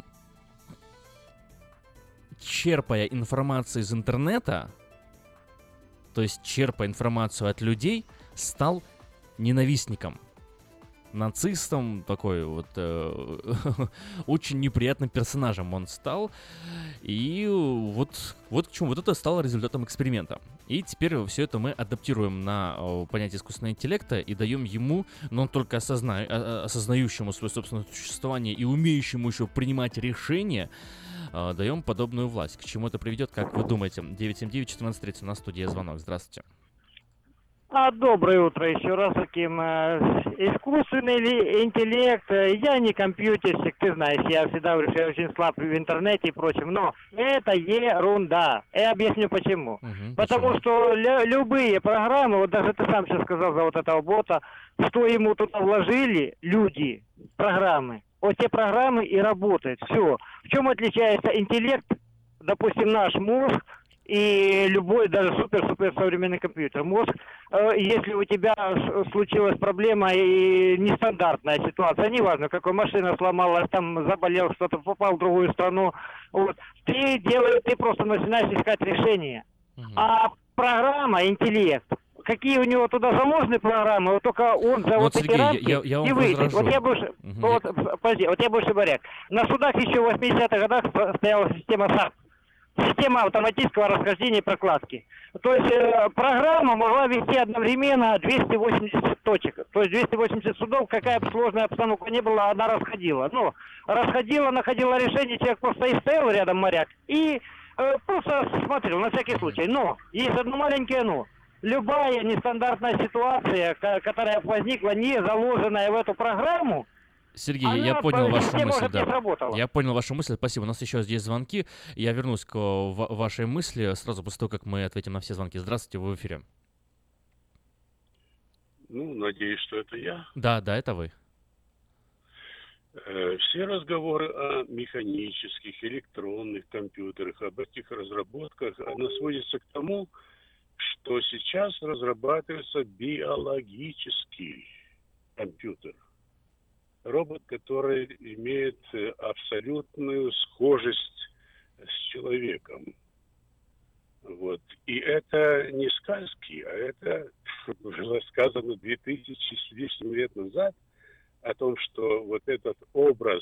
черпая информацию из интернета, то есть черпая информацию от людей, стал ненавистником, нацистом, такой вот э, очень неприятным персонажем он стал. И вот, вот к чему, вот это стало результатом эксперимента. И теперь все это мы адаптируем на э, понятие искусственного интеллекта и даем ему, но только осозна... осознающему свое собственное существование и умеющему еще принимать решения, э, даем подобную власть. К чему это приведет, как вы думаете? девять семь девять четырнадцать тридцать, у нас в студии звонок. Здравствуйте. А, доброе утро еще раз таким. Э, искусственный ли интеллект, э, я не компьютерщик, ты знаешь, я всегда говорю, что я очень слаб в интернете и прочем, но это ерунда. Я объясню почему. Угу, Потому почему? что лю- любые программы, вот даже ты сам сейчас сказал за вот этого бота, что ему туда вложили люди, программы, вот те программы и работают. Все. В чем отличается интеллект, допустим, наш мозг, и любой, даже супер-супер современный компьютер. Мозг, э, если у тебя с- случилась проблема и нестандартная ситуация, неважно, какой машина сломалась, там заболел, что-то попал в другую страну, вот, ты делаешь, ты просто начинаешь искать решение. Угу. А программа, интеллект, какие у него туда заложены программы, вот только он за Ну, вот вот, эти Сергей, рамки я- я вам и выйдет. возражу. Вот я больше, Мгм, вот, подожди, вот я больше говорю. На судах еще в восьмидесятых годах стояла система САП. Система автоматического расхождения и прокладки. То есть э, программа могла вести одновременно двести восемьдесят точек. То есть двести восемьдесят судов, какая бы сложная обстановка ни была, она расходила. Ну, расходила, находила решение, человек просто и стоял рядом, моряк, и э, просто смотрел на всякий случай. Но, есть одно маленькое но. Любая нестандартная ситуация, ко- которая возникла, не заложенная в эту программу, Сергей, она я понял по вашу системе мысль, может не да. сработала. Я понял вашу мысль, спасибо. У нас еще здесь звонки. Я вернусь к э, ва- вашей мысли сразу после того, как мы ответим на все звонки. Здравствуйте, вы в эфире. Ну, надеюсь, что это я. Да, да, это вы. Э, Все разговоры о механических, электронных компьютерах, об этих разработках, она сводится к тому, что сейчас разрабатывается биологический компьютер. Робот, который имеет э, абсолютную схожесть с человеком. Вот. И это не сказки, а это было сказано две тысячи с лишним лет назад о том, что вот этот образ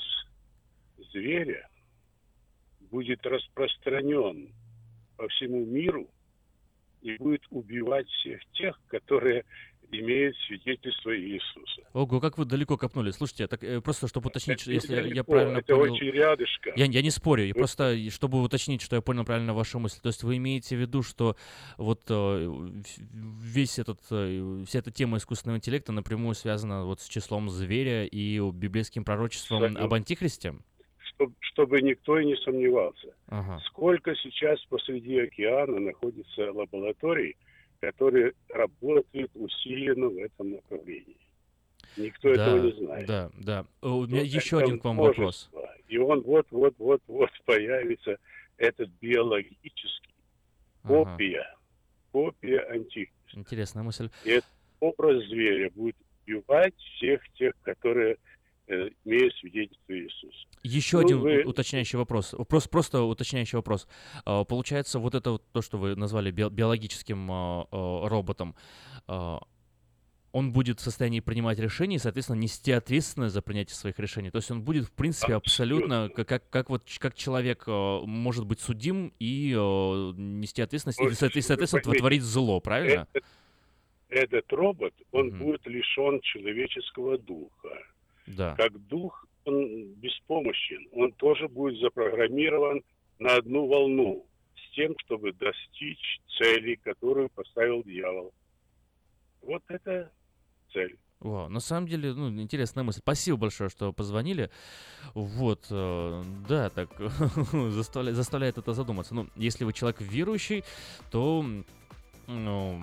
зверя будет распространен по всему миру и будет убивать всех тех, которые имеют свидетельство Иисуса. Ого, как вы далеко копнули. Слушайте, так, э, просто чтобы уточнить, Это если я, я недалеко, правильно это понял... очень рядышком. Я, я не спорю, и Вы- просто и чтобы уточнить, что я понял правильно вашу мысль. То есть вы имеете в виду, что вот э, в- весь этот, э, вся эта тема искусственного интеллекта напрямую связана вот с числом зверя и библейским пророчеством Абсолютно. об антихристе? Чтоб- чтобы никто и не сомневался. Ага. Сколько сейчас посреди океана находится лабораторий, которые работают усиленно в этом направлении. Никто этого не знает. Да, да. Э, У меня Ну, еще это один к вам вопрос. множество. И он вот-вот-вот-вот появится, этот биологический Ага. копия, копия антихриста. Интересная мысль. И этот образ зверя будет убивать всех тех, которые э, имеют свидетельство Иисуса. Еще Ну, один вы- у- уточняющий вопрос. Просто, просто уточняющий вопрос. А, Получается, вот это вот то, что вы назвали био- биологическим а, а, роботом, а, он будет в состоянии принимать решения и, соответственно, нести ответственность за принятие своих решений. То есть он будет, в принципе, абсолютно, как, как, как вот ч- как человек а, может быть судим и а, нести ответственность, и, Ой, со- и, соответственно, вы поймите, творить зло, правильно? Этот, этот робот, он Мгм. будет лишен человеческого духа. Да. Как дух, он беспомощен. Он тоже будет запрограммирован на одну волну с тем, чтобы достичь цели, которую поставил дьявол. Вот это цель. Вау, на самом деле, ну, интересная мысль. Спасибо большое, что позвонили. Вот, э, да, так заставляет, заставляет это задуматься. Ну, если вы человек верующий, то, м, ну,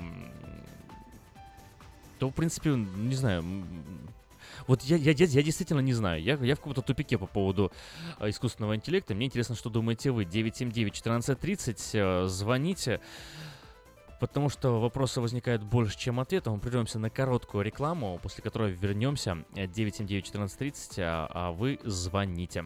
то, в принципе, не знаю. м, Вот я, я, я, я действительно не знаю. Я, я в каком-то тупике по поводу э, искусственного интеллекта. Мне интересно, что думаете вы. девять семь девять четырнадцать тридцать. э, звоните. Потому что вопросы возникают больше, чем ответов. Мы прервемся на короткую рекламу, после которой вернемся. девять семь девять четырнадцать тридцать, а, а вы звоните.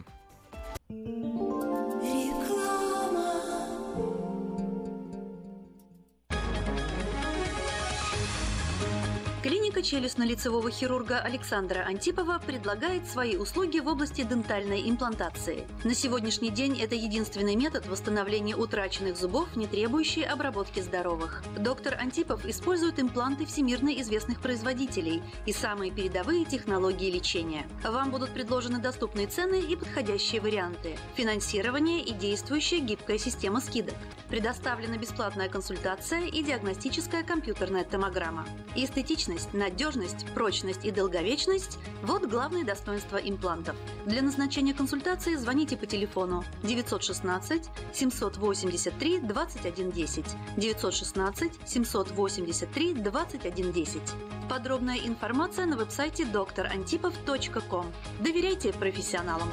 Клиника челюстно-лицевого хирурга Александра Антипова предлагает свои услуги в области дентальной имплантации. На сегодняшний день это единственный метод восстановления утраченных зубов, не требующий обработки здоровых. Доктор Антипов использует импланты всемирно известных производителей и самые передовые технологии лечения. Вам будут предложены доступные цены и подходящие варианты, финансирование и действующая гибкая система скидок. Предоставлена бесплатная консультация и диагностическая компьютерная томограмма. Эстетичность, надежность, прочность и долговечность – вот главные достоинства имплантов. Для назначения консультации звоните по телефону девятьсот шестнадцать семьсот восемьдесят три двадцать один десять, девятьсот шестнадцать семьсот восемьдесят три двадцать один десять. Подробная информация на веб-сайте доктор антипов точка ком. Доверяйте профессионалам.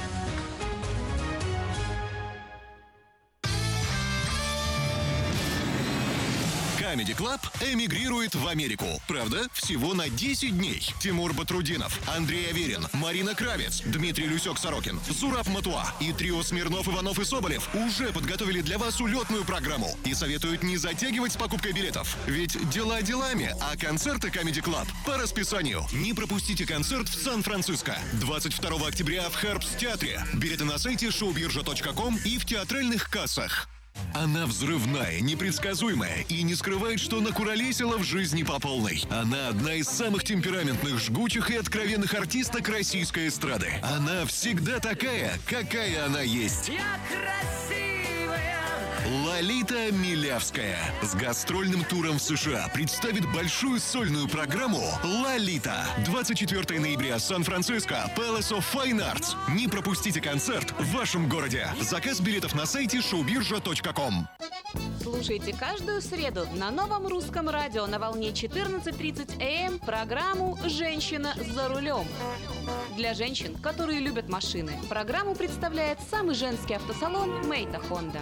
Comedy Club эмигрирует в Америку. Правда, всего на десять дней. Тимур Батрудинов, Андрей Аверин, Марина Кравец, Дмитрий Люсек-Сорокин, Зураб Матуа и трио Смирнов, Иванов и Соболев уже подготовили для вас улетную программу и советуют не затягивать с покупкой билетов. Ведь дела делами, а концерты Comedy Club по расписанию. Не пропустите концерт в Сан-Франциско. двадцать второго октября в Харпс театре. Билеты на сайте шоу биржа точка ком и в театральных кассах. Она взрывная, непредсказуемая и не скрывает, что накуролесила в жизни по полной. Она одна из самых темпераментных, жгучих и откровенных артисток российской эстрады. Она всегда такая, какая она есть. Я красивая! Лолита Милявская с гастрольным туром в США представит большую сольную программу «Лолита». двадцать четвёртого ноября, Сан-Франциско, Palace of Fine Arts. Не пропустите концерт в вашем городе. Заказ билетов на сайте шоу биржа точка ком. Слушайте каждую среду на новом русском радио на волне четырнадцать тридцать эй эм программу «Женщина за рулем». Для женщин, которые любят машины, программу представляет самый женский автосалон «Мейта Хонда».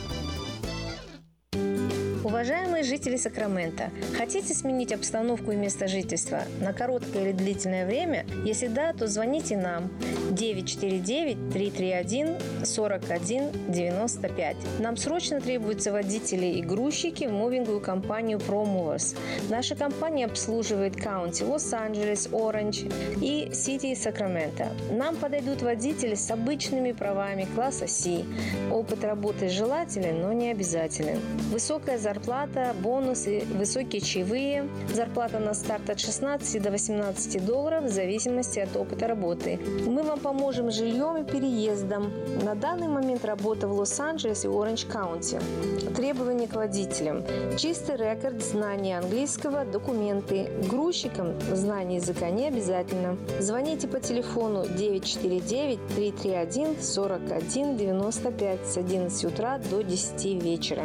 Уважаемые жители Сакрамента, хотите сменить обстановку и место жительства на короткое или длительное время? Если да, то звоните нам девять четыре девять три три один сорок один девяносто пять. Нам срочно требуются водители и грузчики в мувинговую компанию ProMovers. Наша компания обслуживает каунти Лос-Анджелес, Оранж и Сити Сакраменто. Нам подойдут водители с обычными правами класса Си. Опыт работы желателен, но не обязателен. Высокая зарплата Зарплата, бонусы, высокие чаевые. Зарплата на старт от шестнадцати до восемнадцати долларов в зависимости от опыта работы. Мы вам поможем с жильем и переездом. На данный момент работа в Лос-Анджелес и Оранж-Каунти. Требования к водителям. Чистый рекорд, знание английского, документы. Грузчикам знание языка не обязательно. Звоните по телефону девять четыре девять три три один сорок один девяносто пять с одиннадцати утра до десяти вечера.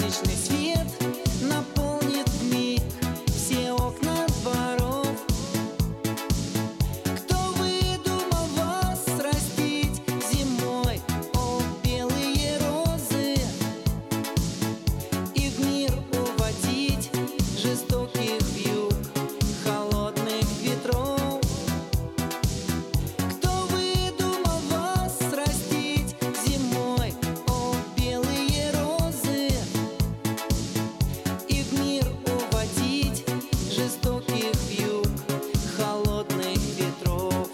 Солнечный свет наполнит вмиг все окна дворов. Кто выдумал вас растить зимой, о, белые розы, и в мир уводить жестоких вьюг, холодных ветров? Кто выдумал вас растить зимой, о, белые розы, и в мир уводить жестоких вьюг, холодных ветров?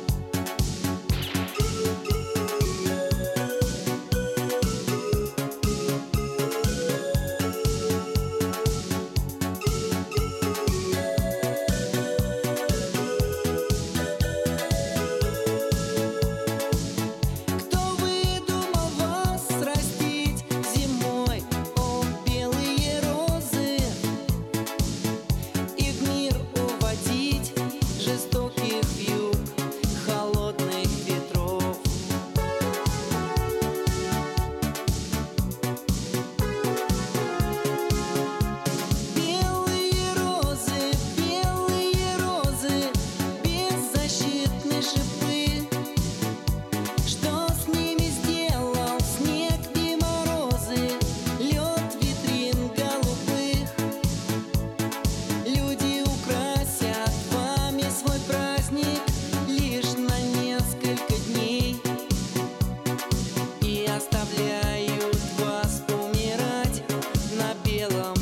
Кто выдумал вас растить зимой, о, белые розы, и в мир уводить жестоких вьюг, холодных ветров? Белые розы, белые розы, беззащитны шипы. Что с ними сделал снег и морозы, лед витрин голубых? Люди украсят вами свой праздник лишь на несколько дней и оставляют вас умирать на белом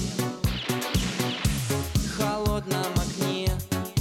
холодном окне.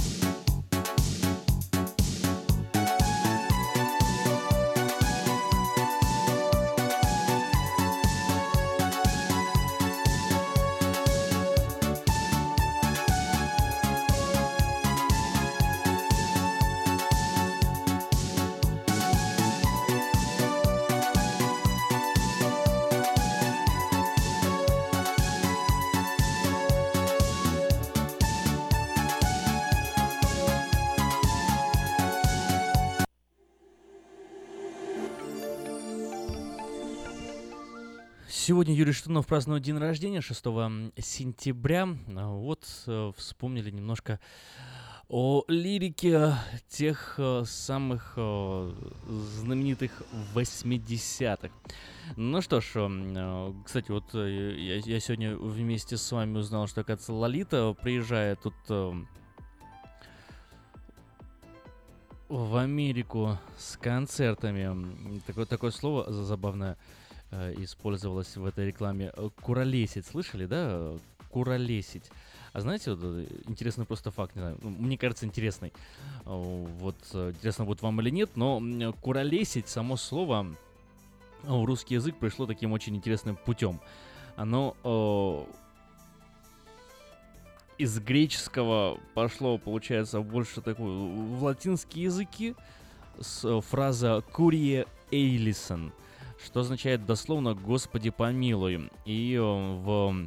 Сегодня Юрий Шатунов празднует день рождения, шестого сентября. А Вот э, вспомнили немножко о лирике тех э, самых э, знаменитых восьмидесятых. Ну что ж, э, кстати, вот э, я, я сегодня вместе с вами узнал, что, оказывается, Лолита приезжает тут э, в Америку с концертами. Такое, такое слово забавное э, использовалось в этой рекламе. Куролесить, слышали, да? Куролесить. А знаете, вот э, интересный просто факт, не знаю, ну, мне кажется, интересный. Э, Вот, э, интересно, будет вам или нет, но м, куролесить, само слово э, в русский язык пришло таким очень интересным путем. Оно э, из греческого пошло, получается, больше такой в латинские языки, с, э, фраза «Курие эйлисон», что означает дословно «Господи помилуй». И э, в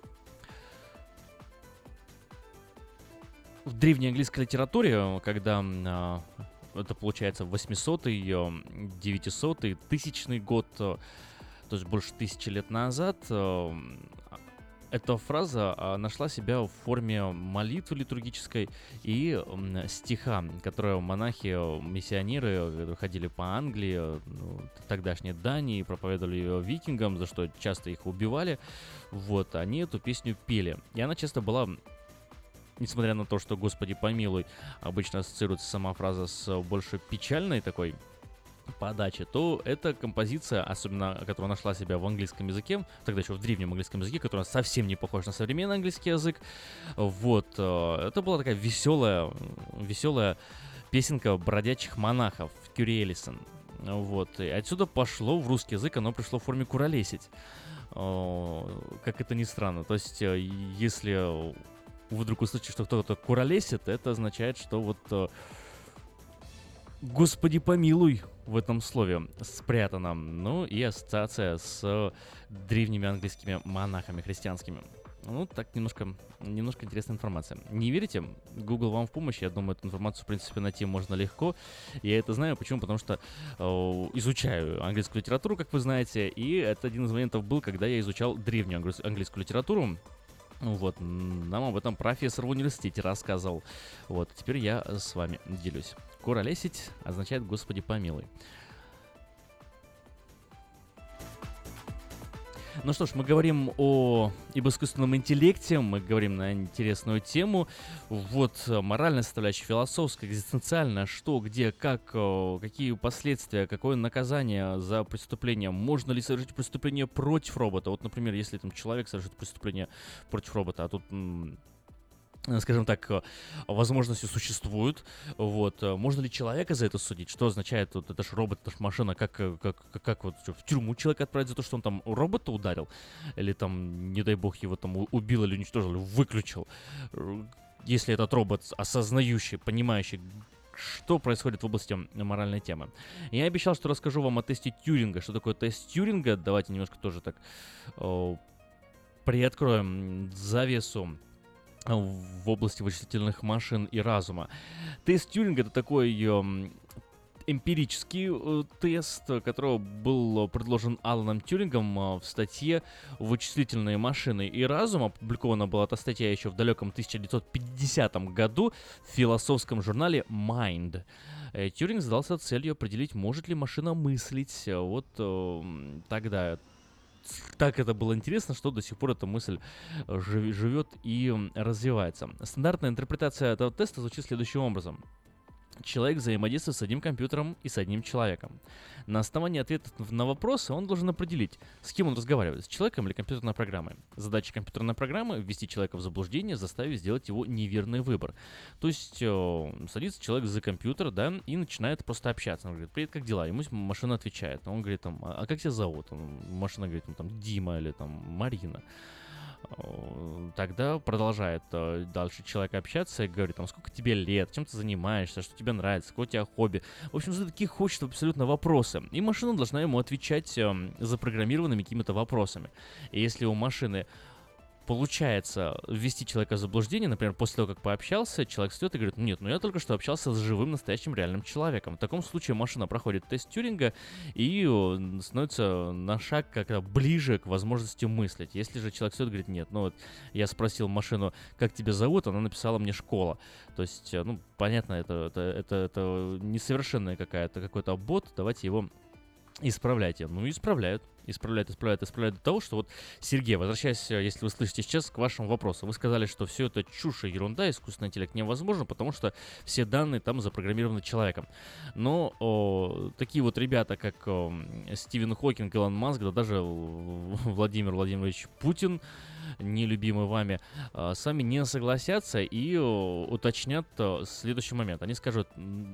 В древней английской литературе, когда э, это получается восьмисотый, э, девятисотый, тысячный год, э, то есть больше тысячи лет назад, э, эта фраза э, нашла себя в форме молитвы литургической и э, стиха, которые монахи, э, миссионеры, которые ходили по Англии, э, ну, тогдашней Дании, проповедовали ее викингам, за что часто их убивали. Вот, они эту песню пели. И она часто была, несмотря на то, что «Господи помилуй» обычно ассоциируется сама фраза с больше печальной такой подачи, то эта композиция, особенно которая нашла себя в английском языке, тогда еще в древнем английском языке, которая совсем не похожа на современный английский язык, вот, это была такая веселая, веселая песенка бродячих монахов, Кюри Элисон. Вот, и отсюда пошло в русский язык, оно пришло в форме «куролесить». Как это ни странно, то есть, если вы вдруг услышите, что кто-то куролесит, это означает, что вот э, «Господи помилуй» в этом слове спрятано. Ну и ассоциация с древними английскими монахами христианскими. Ну, так, немножко, немножко интересная информация. Не верите? Google вам в помощь. Я думаю, эту информацию, в принципе, найти можно легко. Я это знаю. Почему? Потому что э, изучаю английскую литературу, как вы знаете. И это один из моментов был, когда я изучал древнюю англи- английскую литературу. Вот, нам об этом профессор в университете рассказывал. Вот, теперь я с вами делюсь. Куролесить означает «Господи помилуй». Ну что ж, мы говорим о об искусственном интеллекте, мы говорим на интересную тему. Вот моральная составляющая, философская, экзистенциальная, что, где, как, какие последствия, какое наказание за преступление. Можно ли совершить преступление против робота? Вот, например, если там человек совершит преступление против робота, а тут... скажем так, возможности существуют. Вот. Можно ли человека за это судить? Что означает, вот это ж робот, это ж машина, как, как, как, как вот в тюрьму человека отправить за то, что он там робота ударил? Или там, не дай бог, его там убил или уничтожил, или выключил? Если этот робот осознающий, понимающий, что происходит в области моральной темы. Я обещал, что расскажу вам о тесте Тьюринга. Что такое тест Тьюринга? Давайте немножко тоже так о, приоткроем завесу в области вычислительных машин и разума. Тест Тьюринга — это такой э, эмпирический э, тест, который был предложен Аланом Тьюрингом э, в статье «Вычислительные машины и разум». Опубликована была эта статья еще в далеком тысяча девятьсот пятидесятом году в философском журнале Mind. Э, Тьюринг задался целью определить, может ли машина мыслить. Вот э, тогда... Так это было интересно, что до сих пор эта мысль жив, живет и развивается. Стандартная интерпретация этого теста звучит следующим образом. Человек взаимодействует с одним компьютером и с одним человеком. На основании ответов на вопросы он должен определить, с кем он разговаривает, с человеком или компьютерной программой. Задача компьютерной программы — ввести человека в заблуждение, заставив сделать его неверный выбор. То есть э, садится человек за компьютер, да, и начинает просто общаться. Он говорит: «Привет, как дела?» Ему машина отвечает. Он говорит: там, а как тебя зовут? Он, машина говорит: ну, там, Дима или там Марина. Тогда продолжает э, дальше человек общаться и говорит: там, сколько тебе лет, чем ты занимаешься, что тебе нравится, какое у тебя хобби. В общем, задает такие хочет абсолютно вопросы. И машина должна ему отвечать э, запрограммированными какими-то вопросами. И если у машины получается ввести человека в заблуждение, например, после того, как пообщался, человек встает и говорит: нет, ну я только что общался с живым, настоящим, реальным человеком. В таком случае машина проходит тест Тьюринга и становится на шаг как-то ближе к возможности мыслить. Если же человек встает и говорит: нет, ну вот я спросил машину, как тебя зовут, она написала мне школа. То есть, ну, понятно, это, это, это, это несовершенная какая-то, какой-то бот, давайте его исправляйте. Ну, исправляют. Исправляют, исправляют, исправляют до того, что вот, Сергей, возвращаясь, если вы слышите сейчас, к вашему вопросу. Вы сказали, что все это чушь и ерунда, искусственный интеллект невозможно, потому что все данные там запрограммированы человеком. Но о, такие вот ребята, как о, Стивен Хокинг, Илон Маск, да даже Владимир Владимирович Путин, нелюбимый вами, а, сами не согласятся и о, уточнят о, следующий момент. Они скажут: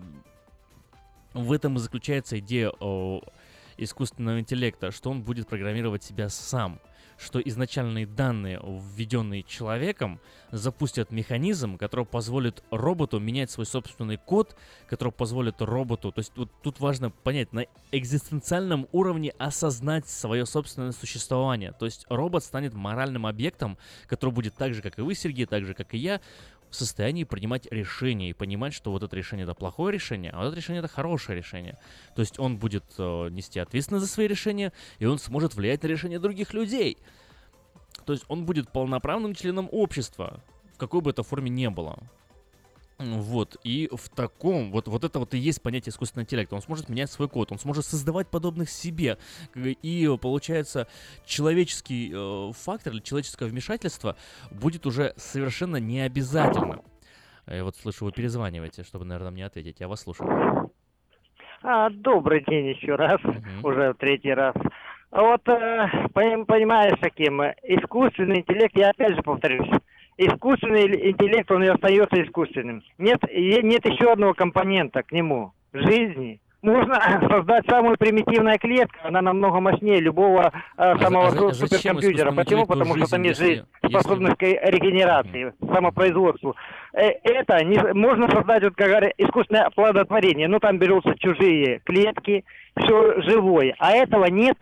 в этом и заключается идея о искусственного интеллекта, что он будет программировать себя сам, что изначальные данные, введенные человеком, запустят механизм, который позволит роботу менять свой собственный код, который позволит роботу, то есть вот тут важно понять, на экзистенциальном уровне осознать свое собственное существование. То есть робот станет моральным объектом, который будет так же, как и вы, Сергей, так же, как и я, в состоянии принимать решения и понимать, что вот это решение — это плохое решение, а вот это решение — это хорошее решение. То есть он будет э, нести ответственность за свои решения, и он сможет влиять на решения других людей. То есть он будет полноправным членом общества, в какой бы это форме ни было. Вот, и в таком, вот, вот это вот и есть понятие искусственного интеллекта. Он сможет менять свой код, он сможет создавать подобных себе. И получается, человеческий э, фактор или человеческое вмешательство будет уже совершенно не обязательно. Я вот слышу, вы перезваниваете, чтобы, наверное, мне ответить. Я вас слушаю. А, добрый день еще раз, Мгм. уже в третий раз. Вот, э, поним- понимаешь, Аким, искусственный интеллект, я опять же повторюсь, искусственный интеллект, он и остается искусственным. Нет, и нет еще одного компонента к нему — жизни. Можно создать самую примитивную клетку, она намного мощнее любого э, самого а за- а су- зачем суперкомпьютера. искусственному Почему? интеллекту Потому что там жизнь, есть если- жизнь, если- способность к регенерации, самопроизводству. Э, Это не, можно создать, вот, как говорят, искусственное оплодотворение. Ну, там берутся чужие клетки, все живое. А этого нету.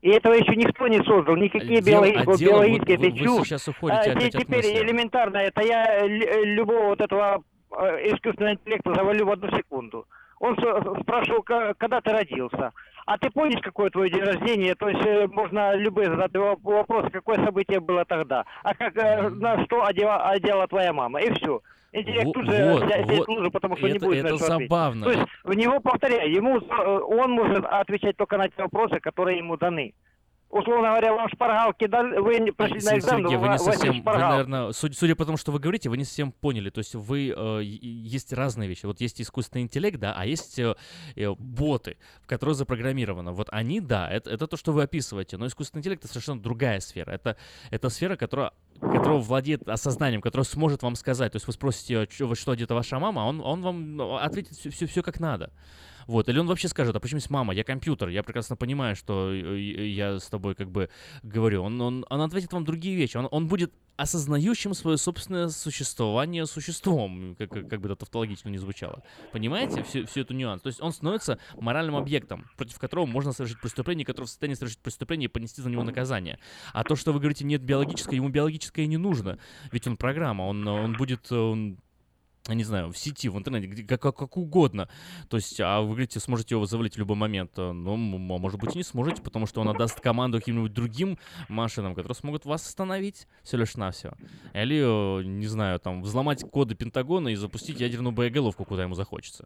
И этого еще никто не создал, никакие Дело- биологи- а вот дело, биологические, вот это вы- вы чушь. сейчас уходите А, опять те- от теперь мысли. элементарно, это я л- любого вот этого э, искусственного интеллекта завалю в одну секунду. Он с- спрашивал, «Ка- когда ты родился? А ты помнишь, какой твой день рождения? То есть э, можно любые задать воп- вопросы, какое событие было тогда, а как э, на что одела, одела твоя мама, и все. Интеллект Во- тут же вот, сядет вот. в лужу, потому что не Это- будет на это что ответить. забавно. То есть в него, повторяю, ему, э, он может отвечать только на те вопросы, которые ему даны. Условно говоря, вам шпаргалки дали, вы не пришли на Сергей, экзамен, Сергей, вы у не вас есть совсем, вы, шпаргалки. наверное, судя, судя по тому, что вы говорите, вы не совсем поняли. То есть вы, э, и- есть разные вещи. Вот есть искусственный интеллект, да, а есть э, э, боты, в которые запрограммировано. Вот они, да, это, это то, что вы описываете, но искусственный интеллект — это совершенно другая сфера. Это, это сфера, которая, которая владеет осознанием, которая сможет вам сказать. То есть вы спросите, что, что одета ваша мама, а он, он вам ответит все, все, все как надо. Вот, или он вообще скажет: а почему есть мама, я компьютер, я прекрасно понимаю, что э, я с тобой как бы говорю. Он, он, он ответит вам другие вещи, он, он будет осознающим свое собственное существование существом, как, как, как бы это тавтологично не звучало. Понимаете всю, всю эту нюанс? То есть он становится моральным объектом, против которого можно совершить преступление, который в состоянии совершить преступление и понести за него наказание. А то, что вы говорите, нет биологическое, ему биологическое не нужно, ведь он программа, он, он будет... Он, я не знаю, в сети, в интернете, где, как, как, как угодно. То есть, а вы говорите, сможете его завалить в любой момент. Ну, м- может быть, и не сможете, потому что он отдаст команду каким-нибудь другим машинам, которые смогут вас остановить все лишь навсего. Или, э, не знаю, там, взломать коды Пентагона и запустить ядерную боеголовку, куда ему захочется.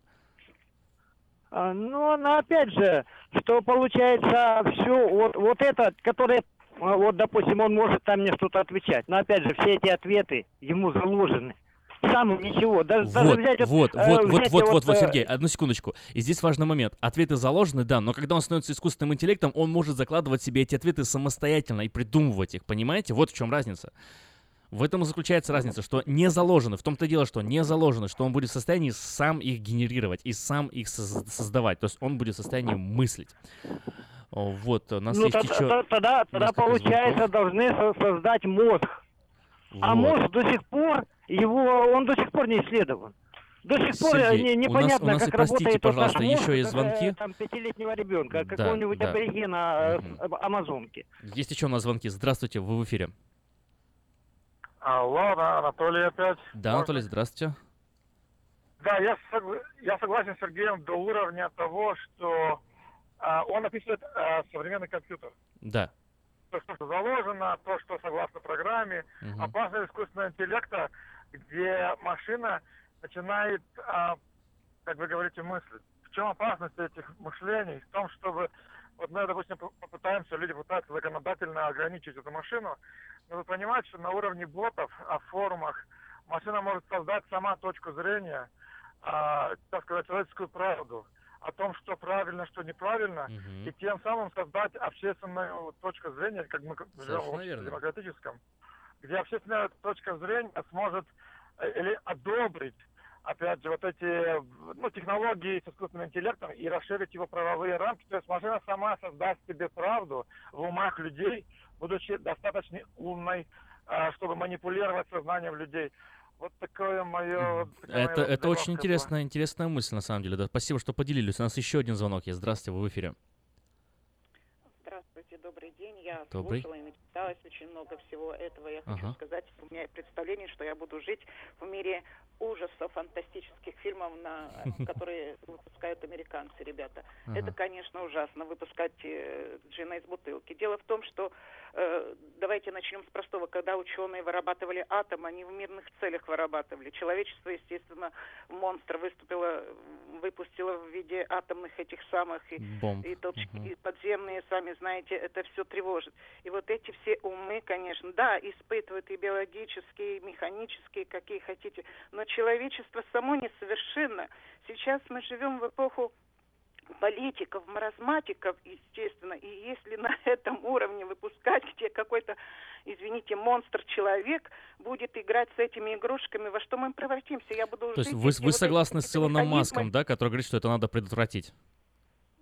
А, Ну, но опять же, что получается все, вот, вот это, которое, а, вот, допустим, он может там мне что-то отвечать, но опять же, все эти ответы ему заложены. Сам ничего, даже, даже Вот, взять вот, э, вот, вот, взять вот, вот, вот, вот, э, Сергей, одну секундочку. И здесь важный момент. Ответы заложены, да, но когда он становится искусственным интеллектом, он может закладывать себе эти ответы самостоятельно и придумывать их, понимаете? Вот в чем разница. В этом и заключается разница, что не заложены, в том-то и дело, что не заложены, что он будет в состоянии сам их генерировать и сам их соз- создавать, то есть он будет в состоянии мыслить. О, Вот, у нас ну, есть тогда, еще... тогда, тогда, тогда несколько получается, звонков. должны со- создать мозг. А Вот. мозг до сих пор, его, он до сих пор не исследован. До сих пор э, Сергей, не, у нас- непонятно, у нас, как и простите, работает тот наш пожалуйста, мозг, еще есть как, э, звонки. там, пятилетнего ребенка, Да, какого-нибудь да. аборигена э, с Амазонки. Есть еще у нас звонки. Здравствуйте, вы в эфире. Алло, да, Анатолий опять. Да, Анатолий, здравствуйте. Да, я, согла- я согласен с Сергеем до уровня того, что а, он описывает а, современный компьютер. Да. То, что заложено, то, что согласно программе. Мгм. Опасность искусственного интеллекта, где машина начинает, а, как вы говорите, мыслить. В чем опасность этих мышлений? В том, чтобы, вот мы, допустим, по- попытаемся, люди пытаются законодательно ограничить эту машину, но вы понимаете, что на уровне ботов, а в форумах, машина может создать сама точку зрения, а, так сказать, человеческую правду о том, что правильно, что неправильно, и тем самым создать общественную точку зрения, как мы живем в Совершенно обществе верно. демократическом, где общественная точка зрения сможет э, или одобрить, опять же, вот эти ну, технологии с искусственным интеллектом и расширить его правовые рамки. То есть машина сама создаст себе правду в умах людей, будучи достаточно умной, а, чтобы манипулировать сознанием людей. Вот такое мое... вот такая Это, моя это очень добавка интересная, интересная мысль, на самом деле. Да, спасибо, что поделились. У нас еще один звонок есть. Здравствуйте, вы в эфире. Здравствуйте, добрый день. Я Добрый. слушала и начиталась очень много всего этого. Я хочу Ага. сказать, у меня представление, что я буду жить в мире ужасов, фантастических фильмов, на, которые выпускают американцы, ребята. Ага. Это, конечно, ужасно, выпускать э, джина из бутылки. Дело в том, что э, давайте начнем с простого. Когда ученые вырабатывали атом, они в мирных целях вырабатывали. Человечество, естественно, монстр выступило, выпустило в виде атомных этих самых и, Бомб. и толчки, Мгм. и подземные, сами знаете, это все тревожит. И вот эти все умы, конечно, да, испытывают и биологические, и механические, какие хотите, но человечество само несовершенно. Сейчас мы живем в эпоху политиков, маразматиков, естественно, и если на этом уровне выпускать, где какой-то, извините, монстр-человек будет играть с этими игрушками, во что мы превратимся? Я буду То есть жить, вы, если вы вот согласны эти с Илоном механизмы- Маском, да, который говорит, что это надо предотвратить? Да,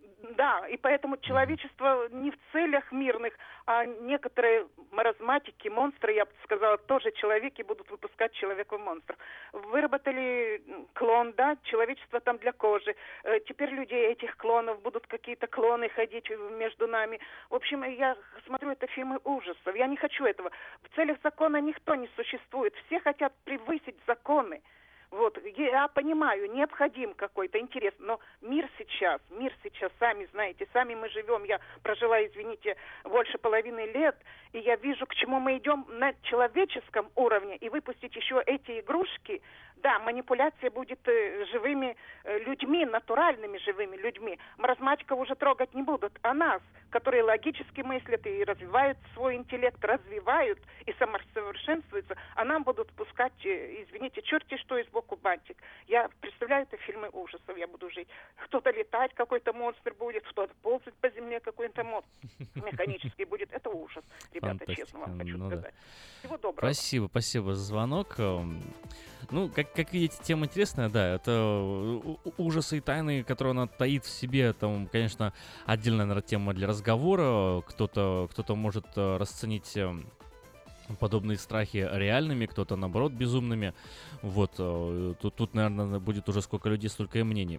Да, и поэтому человечество не в целях мирных, а некоторые маразматики, монстры, я бы сказала, тоже человеки будут выпускать человеков-монстров. Выработали клон, да, человечество там для кожи. Э, теперь людей, этих клонов, будут какие-то клоны ходить между нами. В общем, я смотрю, это фильмы ужасов. Я не хочу этого. В целях закона никто не существует. Все хотят превысить законы. Вот, я понимаю, необходим какой-то интерес, но мир сейчас, мир сейчас, сами знаете, сами мы живем, я прожила, извините, больше половины лет, и я вижу, к чему мы идем на человеческом уровне, и выпустить еще эти игрушки, да, манипуляция будет э, живыми э, людьми, натуральными живыми людьми. Маразматиков уже трогать не будут, а нас, которые логически мыслят и развивают свой интеллект, развивают и самосовершенствуются, а нам будут пускать, э, извините, черти что из боку бантик. Я представляю, это фильмы ужасов, я буду жить. Кто-то летать, какой-то монстр будет, кто-то ползать по земле, какой-то монстр механический будет. Это ужас, ребята, Фантастика. честно вам хочу Ну да. сказать. Всего доброго. Спасибо, спасибо за звонок. Эм, Ну, как, как видите, тема интересная, да, это у- у- ужасы и тайны, которые она таит в себе, там, конечно, отдельная, наверное, тема для разговора, кто-то, кто-то может э, расценить э, подобные страхи реальными, кто-то, наоборот, безумными, вот, э, тут, тут, наверное, будет уже сколько людей, столько и мнений.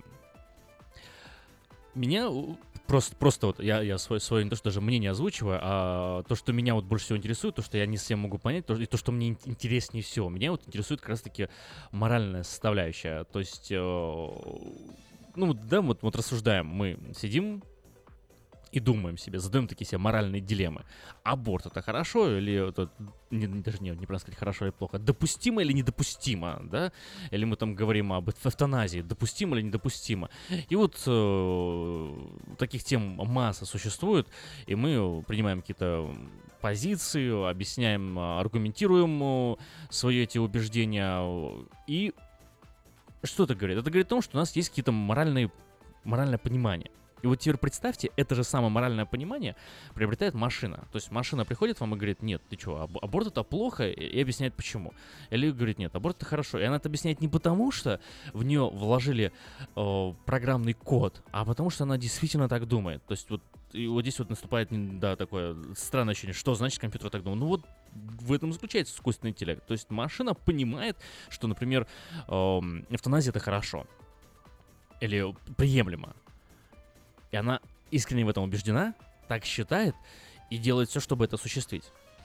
Меня у- просто, просто вот я, я свое, свое не то, что даже мнение озвучиваю, а то, что меня вот больше всего интересует, то, что я не совсем могу понять, то, и то, что мне ин- интереснее всего. Меня вот интересует как раз-таки моральная составляющая. То есть, э, ну вот, да, вот, вот рассуждаем, мы сидим и думаем себе, задаем такие себе моральные дилеммы. Аборт это хорошо или это, не, даже не, не правильно сказать, хорошо или плохо, допустимо или недопустимо, да? Или мы там говорим об эвтаназии, допустимо или недопустимо. И вот э, таких тем масса существует, и мы принимаем какие-то позиции, объясняем, аргументируем э, свои эти убеждения. И что это говорит? Это говорит о том, что у нас есть какие-то моральные, моральное понимание. И вот теперь представьте, это же самое моральное понимание приобретает машина. То есть машина приходит вам и говорит: нет, ты что, аб- аборт это плохо, и, и объясняет почему. Или говорит: нет, аборт это хорошо. И она это объясняет не потому, что в нее вложили э, программный код, а потому что она действительно так думает. То есть вот, и вот здесь вот наступает, да, такое странное ощущение, что значит компьютер так думает. Ну вот в этом заключается искусственный интеллект. То есть машина понимает, что, например, э, эвтаназия это хорошо. Или приемлемо. И она искренне в этом убеждена, так считает и делает все, чтобы это осуществить.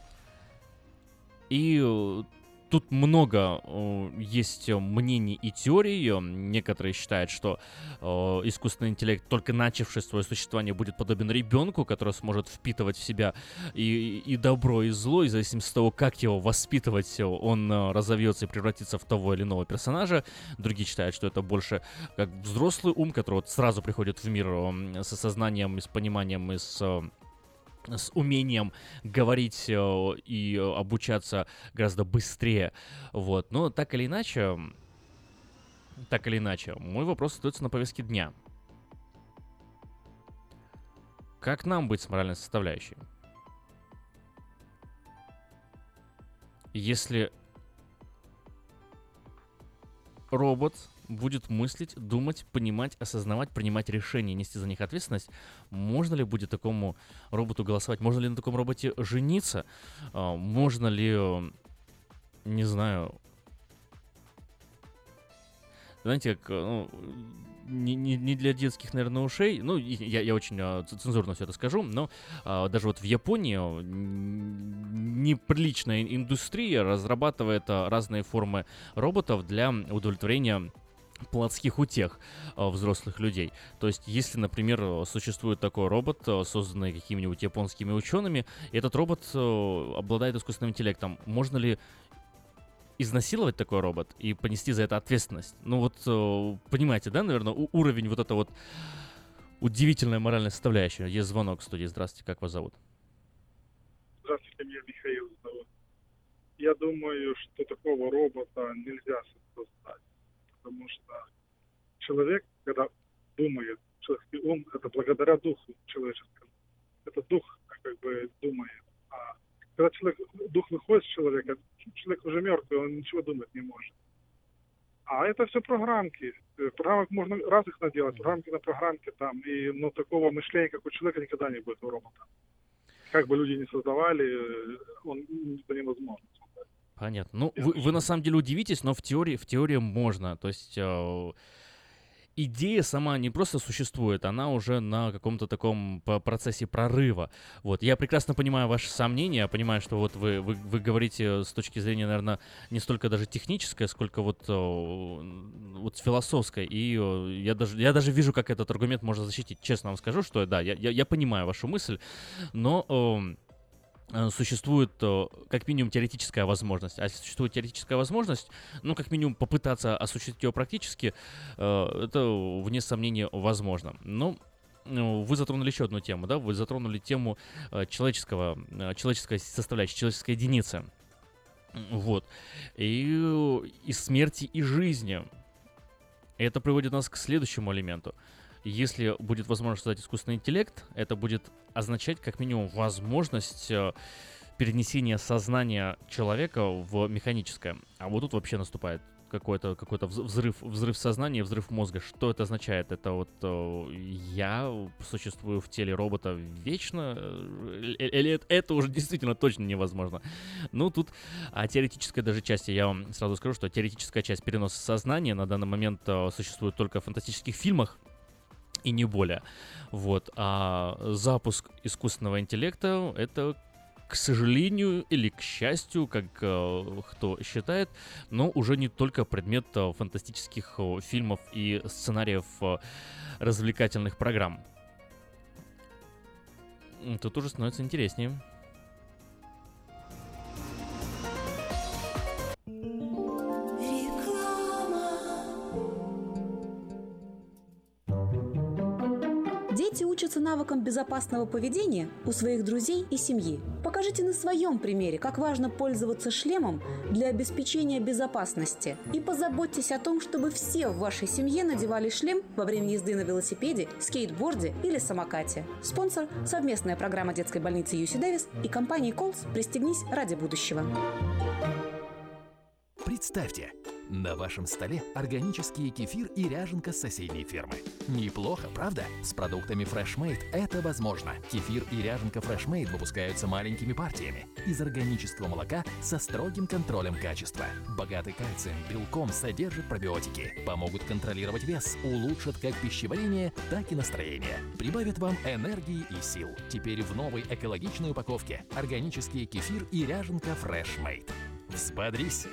И э, тут много э, есть мнений и теорий. Некоторые считают, что э, искусственный интеллект, только начавший свое существование, будет подобен ребенку, который сможет впитывать в себя и, и добро, и зло, и в зависимости от того, как его воспитывать, он э, разовьется и превратится в того или иного персонажа. Другие считают, что это больше как взрослый ум, который вот сразу приходит в мир э, с осознанием, и с пониманием, и с... Э, с умением говорить э, и э, обучаться гораздо быстрее, вот, но так или иначе, так или иначе, мой вопрос остается на повестке дня. Как нам быть с моральной составляющей? Если робот будет мыслить, думать, понимать, осознавать, принимать решения, нести за них ответственность, можно ли будет такому роботу голосовать? Можно ли на таком роботе жениться? А, Можно ли, не знаю, знаете, как, ну, не, не, не для детских, наверное, ушей, ну, и я, я очень а, ц- цензурно все это скажу, но а, даже вот в Японии м, неприличная индустрия разрабатывает а, разные формы роботов для удовлетворения плотских утех э, взрослых людей. То есть, если, например, существует такой робот, э, созданный какими-нибудь японскими учеными, и этот робот э, обладает искусственным интеллектом, можно ли изнасиловать такой робот и понести за это ответственность? Ну вот, э, понимаете, да, наверное, у- уровень вот это вот удивительная моральная составляющая. Есть звонок в студии. Здравствуйте, как вас зовут? Здравствуйте, меня Михаил зовут. Я думаю, что такого робота нельзя создать, потому что человек, когда думает, человеческий ум, это благодаря духу человеческому. Это дух как бы думает. А когда человек, дух выходит с человека, человек уже мертвый, он ничего думать не может. А это все программки. Программок можно разных наделать, программки на программке там. И, но такого мышления, как у человека, никогда не будет у робота. Как бы люди ни создавали, он это невозможно. Понятно. Ну, вы, вы на самом деле удивитесь, но в теории, в теории можно. То есть э, идея сама не просто существует, она уже на каком-то таком процессе прорыва. Вот. Я прекрасно понимаю ваши сомнения, понимаю, что вот вы, вы, вы говорите с точки зрения, наверное, не столько даже технической, сколько вот, вот философской. И я даже, я даже вижу, как этот аргумент можно защитить. Честно вам скажу, что да, я, я, я понимаю вашу мысль, но... существует как минимум теоретическая возможность. А если существует теоретическая возможность, ну, как минимум попытаться осуществить ее практически, это, вне сомнения, возможно. Но вы затронули еще одну тему, да? Вы затронули тему человеческого, человеческой составляющей, человеческой единицы. Вот. И, и смерти, и жизни. И это приводит нас к следующему элементу. Если будет возможность создать искусственный интеллект, это будет означать как минимум возможность перенесения сознания человека в механическое. А вот тут вообще наступает какой-то, какой-то взрыв, взрыв сознания, взрыв мозга. Что это означает? Это вот я существую в теле робота вечно? Или это уже действительно точно невозможно? Ну, тут о теоретической даже части я вам сразу скажу, что теоретическая часть переноса сознания на данный момент существует только в фантастических фильмах, и не более. Вот. А запуск искусственного интеллекта — это, к сожалению или к счастью, как э, кто считает, но уже не только предмет э, фантастических э, фильмов и сценариев э, развлекательных программ. Тут уже становится интереснее. Дети учатся навыкам безопасного поведения у своих друзей и семьи. Покажите на своем примере, как важно пользоваться шлемом для обеспечения безопасности. И позаботьтесь о том, чтобы все в вашей семье надевали шлем во время езды на велосипеде, скейтборде или самокате. Спонсор – совместная программа детской больницы Ю Си Дэвис и компании Колс «Пристегнись ради будущего». Представьте, на вашем столе органический кефир и ряженка с соседней фермы. Неплохо, правда? С продуктами Freshmade это возможно. Кефир и ряженка Freshmade выпускаются маленькими партиями из органического молока со строгим контролем качества. Богатый кальцием, белком, содержит пробиотики, помогут контролировать вес, улучшат как пищеварение, так и настроение. Прибавят вам энергии и сил. Теперь в новой экологичной упаковке органический кефир и ряженка Freshmade. Взбодрись!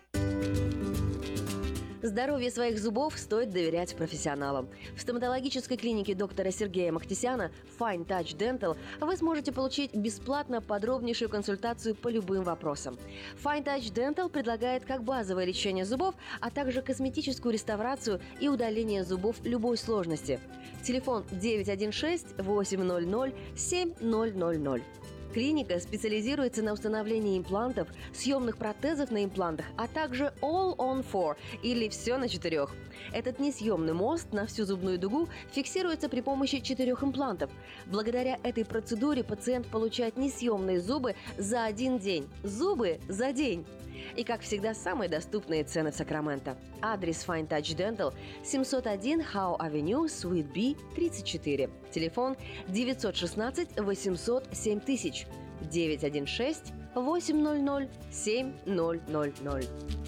Здоровье своих зубов стоит доверять профессионалам. В стоматологической клинике доктора Сергея Махтисяна Fine Touch Dental вы сможете получить бесплатно подробнейшую консультацию по любым вопросам. Fine Touch Dental предлагает как базовое лечение зубов, а также косметическую реставрацию и удаление зубов любой сложности. Телефон девять один шесть восемь ноль ноль семь ноль ноль ноль. Клиника специализируется на установлении имплантов, съемных протезов на имплантах, а также All on Four или все на четырех. Этот несъемный мост на всю зубную дугу фиксируется при помощи четырех имплантов. Благодаря этой процедуре пациент получает несъемные зубы за один день. Зубы за день! И, как всегда, самые доступные цены в Сакраменто. Адрес Fine Touch Dental семьсот один Howe Avenue, Suite B, тридцать четыре. Телефон девять один шесть восемьсот семь тысяч. девять один шесть восемь ноль ноль семь ноль ноль ноль.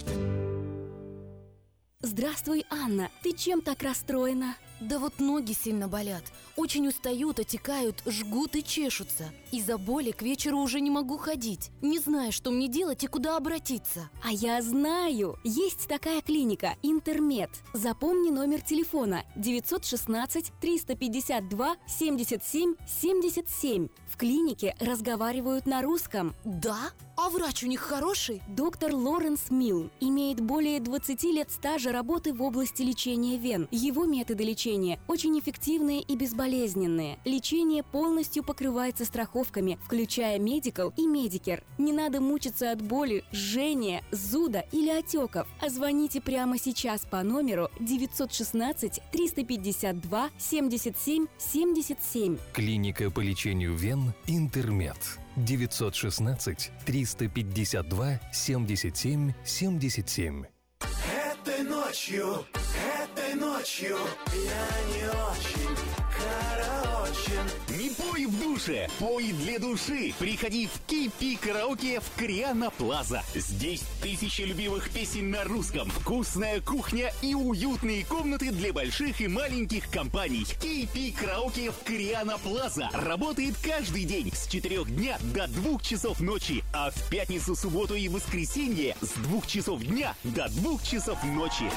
Здравствуй, Анна. Ты чем так расстроена? Да вот ноги сильно болят. Очень устают, отекают, жгут и чешутся. Из-за боли к вечеру уже не могу ходить. Не знаю, что мне делать и куда обратиться. А я знаю! Есть такая клиника «Интермед». Запомни номер телефона девять один шесть триста пятьдесят два семьдесят семь семьдесят семь. В клинике разговаривают на русском. Да? А врач у них хороший? Доктор Лоренс Милн имеет более двадцати лет стажа работы в области лечения вен. Его методы лечения очень эффективные и безболезненные. Лечение полностью покрывается страховками, включая Medical и Medicare. Не надо мучиться от боли, жжения, зуда или отеков. А звоните прямо сейчас по номеру девять один шесть триста пятьдесят два семьдесят семь семьдесят семь. Клиника по лечению вен «Интермед». девять один шесть триста пятьдесят два семьдесят семь семьдесят семь. Этой ночью ночью, этой ночью я не очень караочен. Не пой в душе, пой для души. Приходи в кей пи караоке в Кориана Плаза. Здесь тысячи любимых песен на русском, вкусная кухня и уютные комнаты для больших и маленьких компаний. кей пи караоке в Кориана Плаза работает каждый день с четырёх дня до двух часов ночи, а в пятницу, субботу и воскресенье с двух часов дня до двух часов ночи.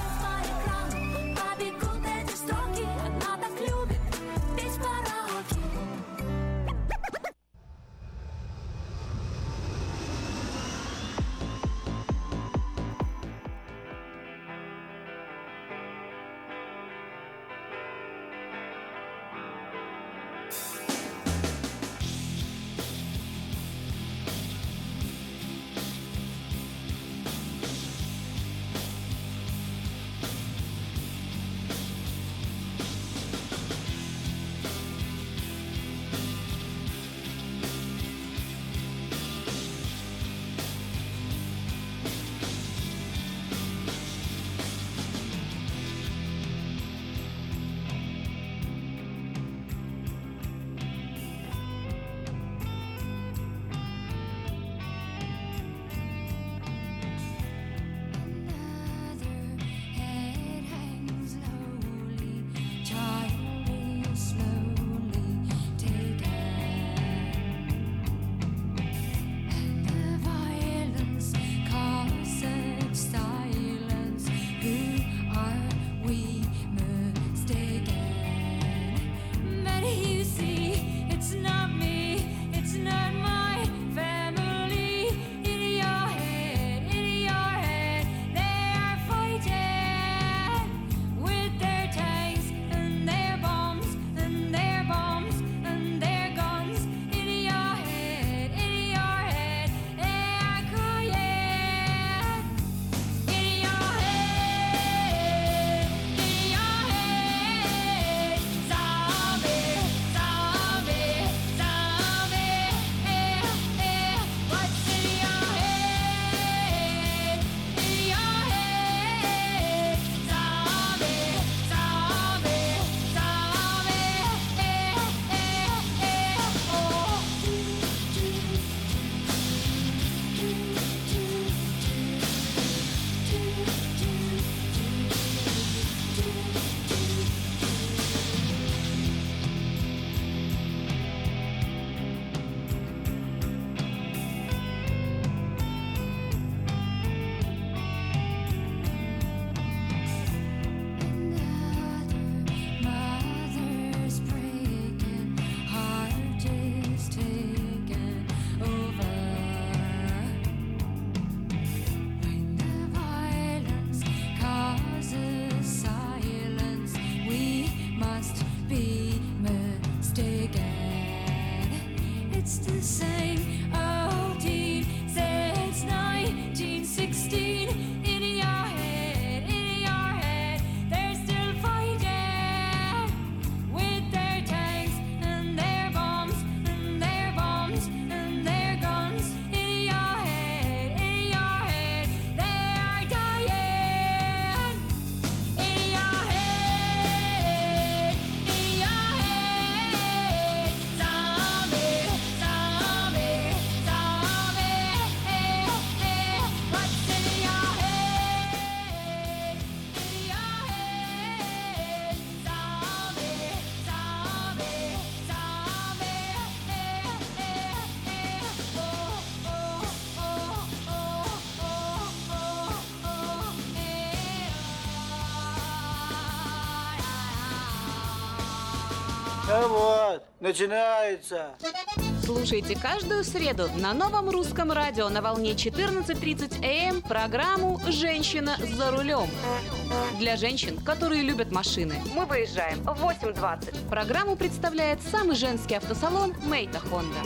Ну вот, начинается. Слушайте каждую среду на новом русском радио на волне четырнадцать тридцать эй эм программу «Женщина за рулем». Для женщин, которые любят машины. Мы выезжаем в восемь двадцать. Программу представляет самый женский автосалон «Мейта Хонда».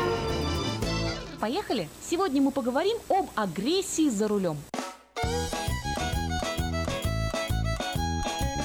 Поехали! Сегодня мы поговорим об агрессии за рулем.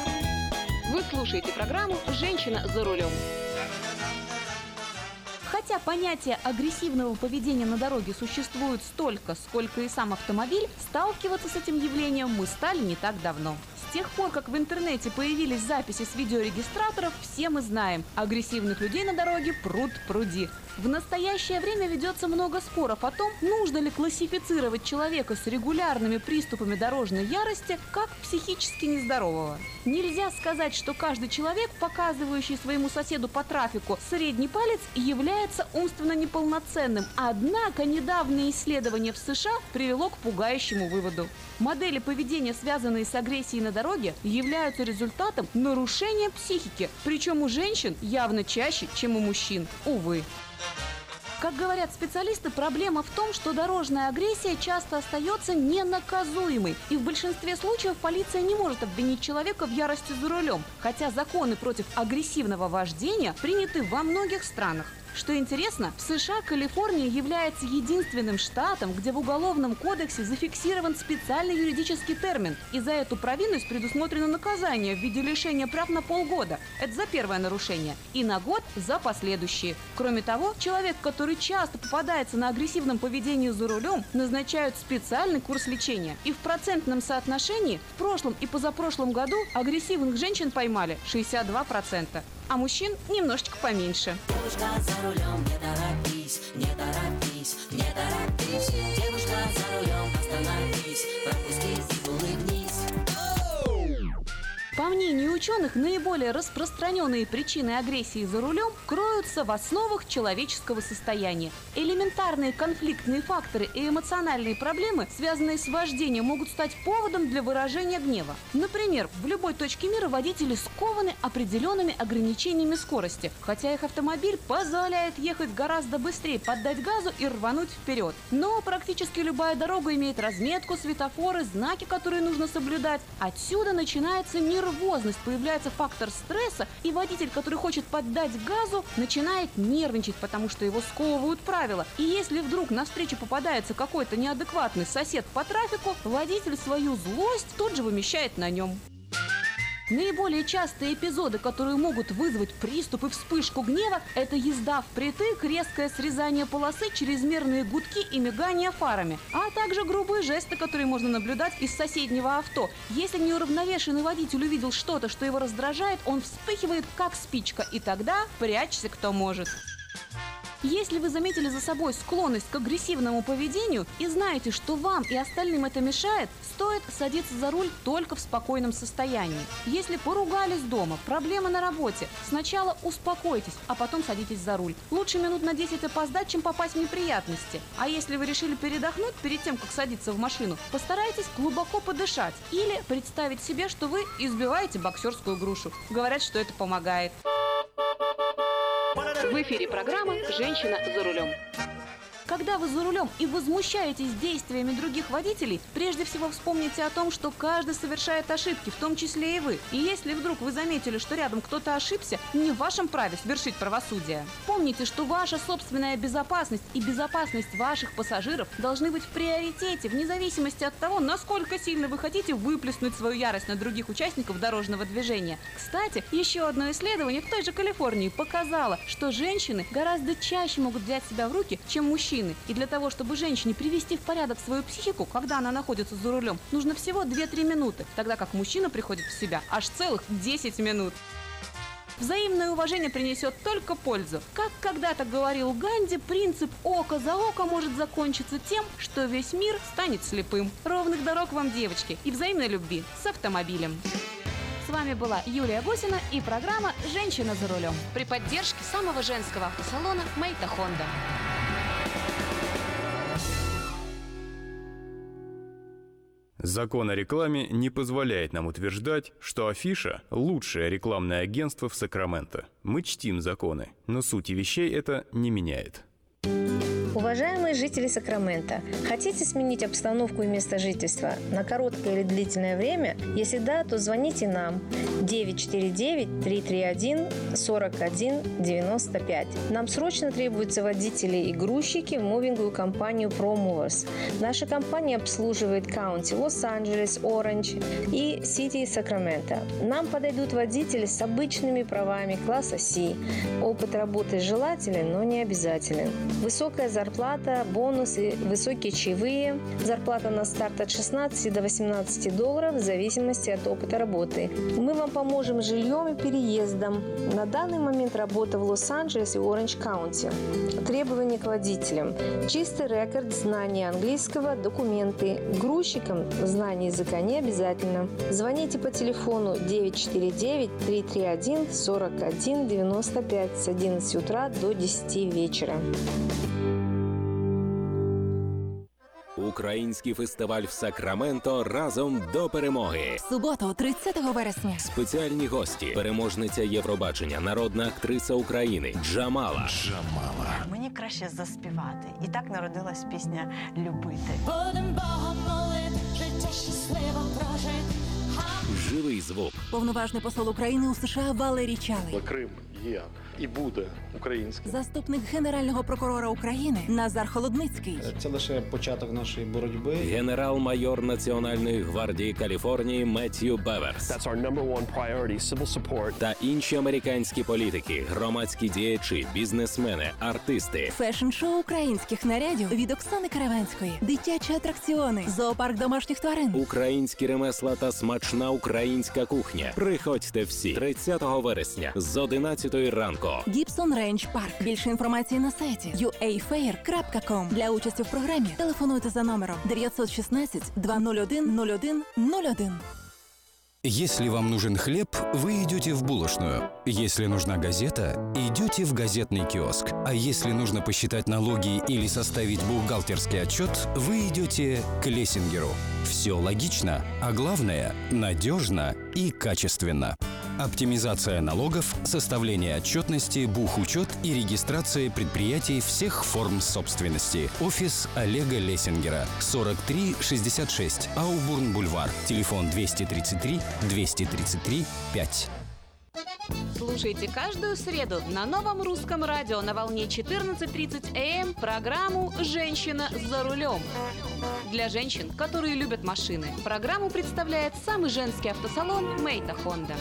Вы слушаете программу «Женщина за рулем». хотя понятие агрессивного поведения на дороге существует столько, сколько и сам автомобиль, сталкиваться с этим явлением мы стали не так давно. С тех пор, как в интернете появились записи с видеорегистраторов, все мы знаем, агрессивных людей на дороге пруд-пруди. В настоящее время ведется много споров о том, нужно ли классифицировать человека с регулярными приступами дорожной ярости как психически нездорового. Нельзя сказать, что каждый человек, показывающий своему соседу по трафику средний палец, является умственно неполноценным. Однако недавнее исследование в США привело к пугающему выводу. Модели поведения, связанные с агрессией на дороге, являются результатом нарушения психики, причем у женщин явно чаще, чем у мужчин. Увы. Как говорят специалисты, проблема в том, что дорожная агрессия часто остается ненаказуемой. И в большинстве случаев полиция не может обвинить человека в ярости за рулем, хотя законы против агрессивного вождения приняты во многих странах. Что интересно, в США Калифорния является единственным штатом, где в Уголовном кодексе зафиксирован специальный юридический термин. И за эту провинность предусмотрено наказание в виде лишения прав на полгода. Это за первое нарушение. И на год за последующие. Кроме того, человек, который часто попадается на агрессивном поведении за рулем, назначают специальный курс лечения. И в процентном соотношении в прошлом и позапрошлом году агрессивных женщин поймали шестьдесят два процента. А мужчин немножечко поменьше. Девушка за рулем, не торопись, не торопись, не торопись. Девушка за рулем, остановись, пропусти и улыбнись. По мнению ученых, наиболее распространенные причины агрессии за рулем кроются в основах человеческого состояния. Элементарные конфликтные факторы и эмоциональные проблемы, связанные с вождением, могут стать поводом для выражения гнева. Например, в любой точке мира водители скованы определенными ограничениями скорости, хотя их автомобиль позволяет ехать гораздо быстрее, поддать газу и рвануть вперед. Но практически любая дорога имеет разметку, светофоры, знаки, которые нужно соблюдать. Отсюда начинается мир нервозность, появляется фактор стресса, и водитель, который хочет поддать газу, начинает нервничать, потому что его сковывают правила. И если вдруг навстречу попадается какой-то неадекватный сосед по трафику, водитель свою злость тут же вымещает на нем. Наиболее частые эпизоды, которые могут вызвать приступ и вспышку гнева, это езда впритык, резкое срезание полосы, чрезмерные гудки и мигание фарами, а также грубые жесты, которые можно наблюдать из соседнего авто. Если неуравновешенный водитель увидел что-то, что его раздражает, он вспыхивает как спичка, и тогда прячься кто может. Если вы заметили за собой склонность к агрессивному поведению и знаете, что вам и остальным это мешает, стоит садиться за руль только в спокойном состоянии. Если поругались дома, проблемы на работе, сначала успокойтесь, а потом садитесь за руль. Лучше минут на десять опоздать, чем попасть в неприятности. А если вы решили передохнуть перед тем, как садиться в машину, постарайтесь глубоко подышать или представить себе, что вы избиваете боксерскую грушу. Говорят, что это помогает. В эфире программа «Женщина за рулем». Когда вы за рулем и возмущаетесь действиями других водителей, прежде всего вспомните о том, что каждый совершает ошибки, в том числе и вы. И если вдруг вы заметили, что рядом кто-то ошибся, не в вашем праве свершить правосудие. Помните, что ваша собственная безопасность и безопасность ваших пассажиров должны быть в приоритете, вне зависимости от того, насколько сильно вы хотите выплеснуть свою ярость на других участников дорожного движения. Кстати, еще одно исследование в той же Калифорнии показало, что женщины гораздо чаще могут взять себя в руки, чем мужчины. И для того, чтобы женщине привести в порядок свою психику, когда она находится за рулем, нужно всего две-три минуты, тогда как мужчина приходит в себя аж целых десять минут. Взаимное уважение принесет только пользу. Как когда-то говорил Ганди, принцип «око за око» может закончиться тем, что весь мир станет слепым. Ровных дорог вам, девочки, и взаимной любви с автомобилем. С вами была Юлия Гусина и программа «Женщина за рулем» при поддержке самого женского автосалона «Мэйта Хонда». Закон о рекламе не позволяет нам утверждать, что Афиша – лучшее рекламное агентство в Сакраменто. Мы чтим законы, но сути вещей это не меняет. Уважаемые жители Сакрамента, хотите сменить обстановку и место жительства на короткое или длительное время? Если да, то звоните нам девять четыре девять три три один сорок один девяносто пять. Нам срочно требуются водители и грузчики в мувинговую компанию ProMovers. Наша компания обслуживает каунти Лос-Анджелес, Оранж и Сити Сакраменто. Нам подойдут водители с обычными правами класса Си. Опыт работы желателен, но не обязателен. Высокая зарплата, бонусы, высокие чаевые. Зарплата на старт от шестнадцати до восемнадцати долларов в зависимости от опыта работы. Мы вам поможем с жильем и переездом. На данный момент работа в Лос-Анджелес и Оранж Каунти. Требования к водителям. Чистый рекорд, знание английского, документы. Грузчикам знание языка не обязательно. Звоните по телефону девять четыре девять три три один сорок один девяносто пять с одиннадцати утра до десяти вечера. Український фестиваль в Сакраменто разом до перемоги. В суботу, тридцятого вересня. Спеціальні гості, переможниця Євробачення, народна актриса України Джамала. Джамала. Мені краще заспівати. І так народилась пісня «Любити». Будем Богом молити, життя щасливо прожити. Живий звук. Повноважний посол України у США Валерій Чалий. Крим є і буде українським. Заступник Генерального прокурора України Назар Холодницький. Це лише початок нашої боротьби. Генерал-майор Національної гвардії Каліфорнії Меттью Беверс. That's our number one priority, civil support. Та інші американські політики, громадські діячі, бізнесмени, артисти. Фешн-шоу українських нарядів від Оксани Караванської. Дитячі атракціони, зоопарк домашніх тварин. Українські ремесла та смачна українська кухня. Приходьте всі тридцятого вересня з одинадцятої ранку. Гібсон Рейндж Парк. Більше інформації на сайті ю ей феєр крапка ком. Для участі в програмі телефонуйте за номером дев'ять один шість два нуль один нуль один нуль один. Если вам нужен хлеб, вы идете в булочную. Если нужна газета, идете в газетный киоск. А если нужно посчитать налоги или составить бухгалтерский отчет, вы идете к Лессингеру. Все логично, а главное – надежно и качественно. Оптимизация налогов, составление отчетности, бухучет и регистрация предприятий всех форм собственности. Офис Олега Лессингера. сорок три шестьдесят шесть. Аубурн-Бульвар. Телефон двести тридцать три двести тридцать три пять. Слушайте каждую среду на новом русском радио на волне четырнадцать тридцать эй эм программу «Женщина за рулем». Для женщин, которые любят машины, программу представляет самый женский автосалон «Мейта Хонда».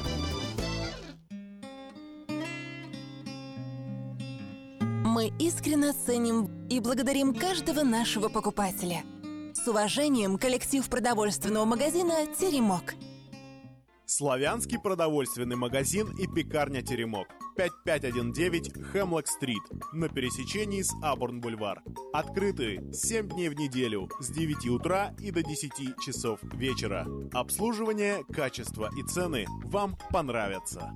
Мы искренне ценим и благодарим каждого нашего покупателя. С уважением, коллектив продовольственного магазина «Теремок». Славянский продовольственный магазин и пекарня «Теремок». пять пять один девять Хемлок-стрит на пересечении с Абурн-Бульвар. Открыты семь дней в неделю с девяти утра и до десяти часов вечера. Обслуживание, качество и цены вам понравятся.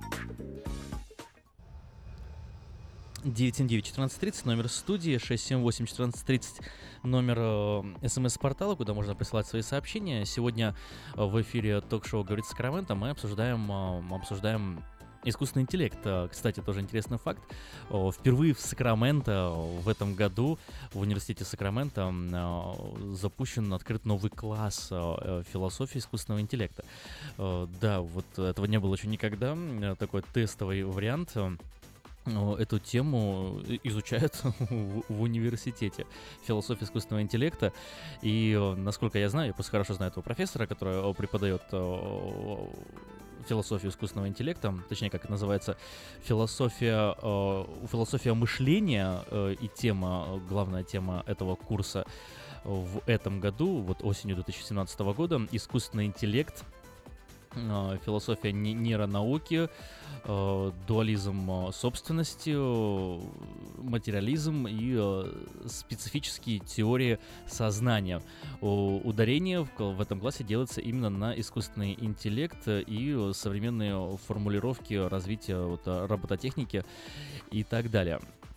девять семь девять четырнадцать тридцать, номер студии, шесть семь восемь четырнадцать тридцать, номер э, смс-портала, куда можно присылать свои сообщения. Сегодня э, в эфире ток-шоу «Говорит Сакраменто» мы обсуждаем, э, обсуждаем искусственный интеллект. Кстати, тоже интересный факт. Впервые в Сакраменто в этом году в университете Сакраменто запущен, открыт новый класс философии искусственного интеллекта. Да, вот этого не было еще никогда. Такой тестовый вариант. Эту тему изучают в университете. Философия искусственного интеллекта. И, насколько я знаю, я просто хорошо знаю этого профессора, который преподает философию искусственного интеллекта, точнее, как это называется, философия, философия мышления, и тема, главная тема этого курса в этом году, вот осенью две тысячи семнадцатого года, искусственный интеллект, философия нейронауки, дуализм собственности, материализм и специфические теории сознания. Ударение в этом классе делается именно на искусственный интеллект и современные формулировки развития вот, робототехники и так далее.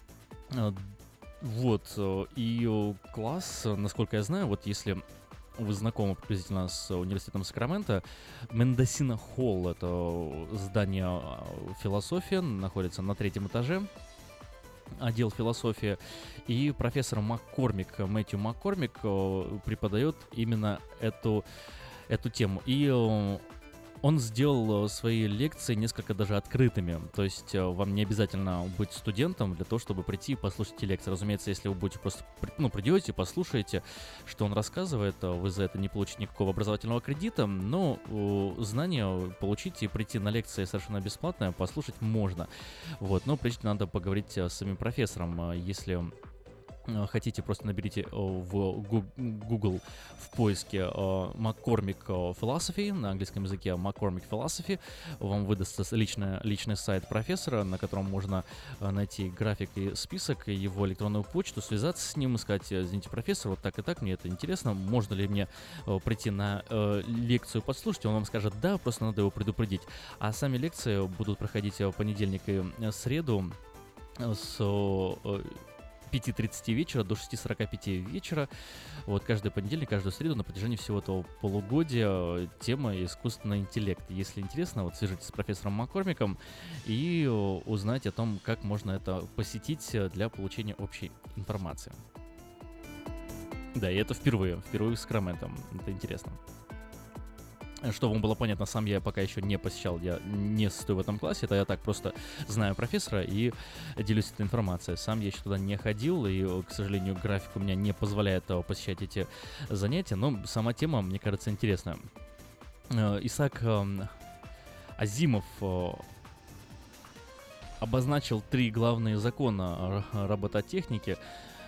Вот, и класс, насколько я знаю, вот если вы знакомы приблизительно с университетом Сакраменто, Мендосина Холл — это здание философия, находится на третьем этаже. отдел философии, и профессор Маккормик, Мэтью Маккормик, преподает именно эту, эту тему. И он сделал свои лекции несколько даже открытыми, то есть вам не обязательно быть студентом для того, чтобы прийти и послушать эти лекции. Разумеется, если вы будете просто, ну, придете, послушаете, что он рассказывает, вы за это не получите никакого образовательного кредита, но знания получить и прийти на лекции совершенно бесплатно, послушать можно. Вот, но прежде надо поговорить с самим профессором, если хотите, просто наберите в Google в поиске McCormick Philosophy, на английском языке McCormick Philosophy, вам выдастся личный, личный сайт профессора, на котором можно найти график и список, и его электронную почту, связаться с ним и сказать: извините, профессор, вот так и так, мне это интересно, можно ли мне прийти на лекцию послушать? Он вам скажет да, просто надо его предупредить. А сами лекции будут проходить в понедельник и среду с пяти тридцати вечера до шести сорока пяти вечера. Вот каждый понедельник, каждую среду на протяжении всего этого полугодия тема искусственный интеллект. Если интересно, вот свяжитесь с профессором Маккормиком и узнайте о том, как можно это посетить для получения общей информации. Да, и это впервые, впервые с Сакраментом. Это интересно. Чтобы вам было понятно, сам я пока еще не посещал, я не стою в этом классе, это я так просто знаю профессора и делюсь этой информацией. Сам я еще туда не ходил, и, к сожалению, график у меня не позволяет посещать эти занятия, но сама тема, мне кажется, интересная. Исаак Азимов обозначил три главные закона робототехники.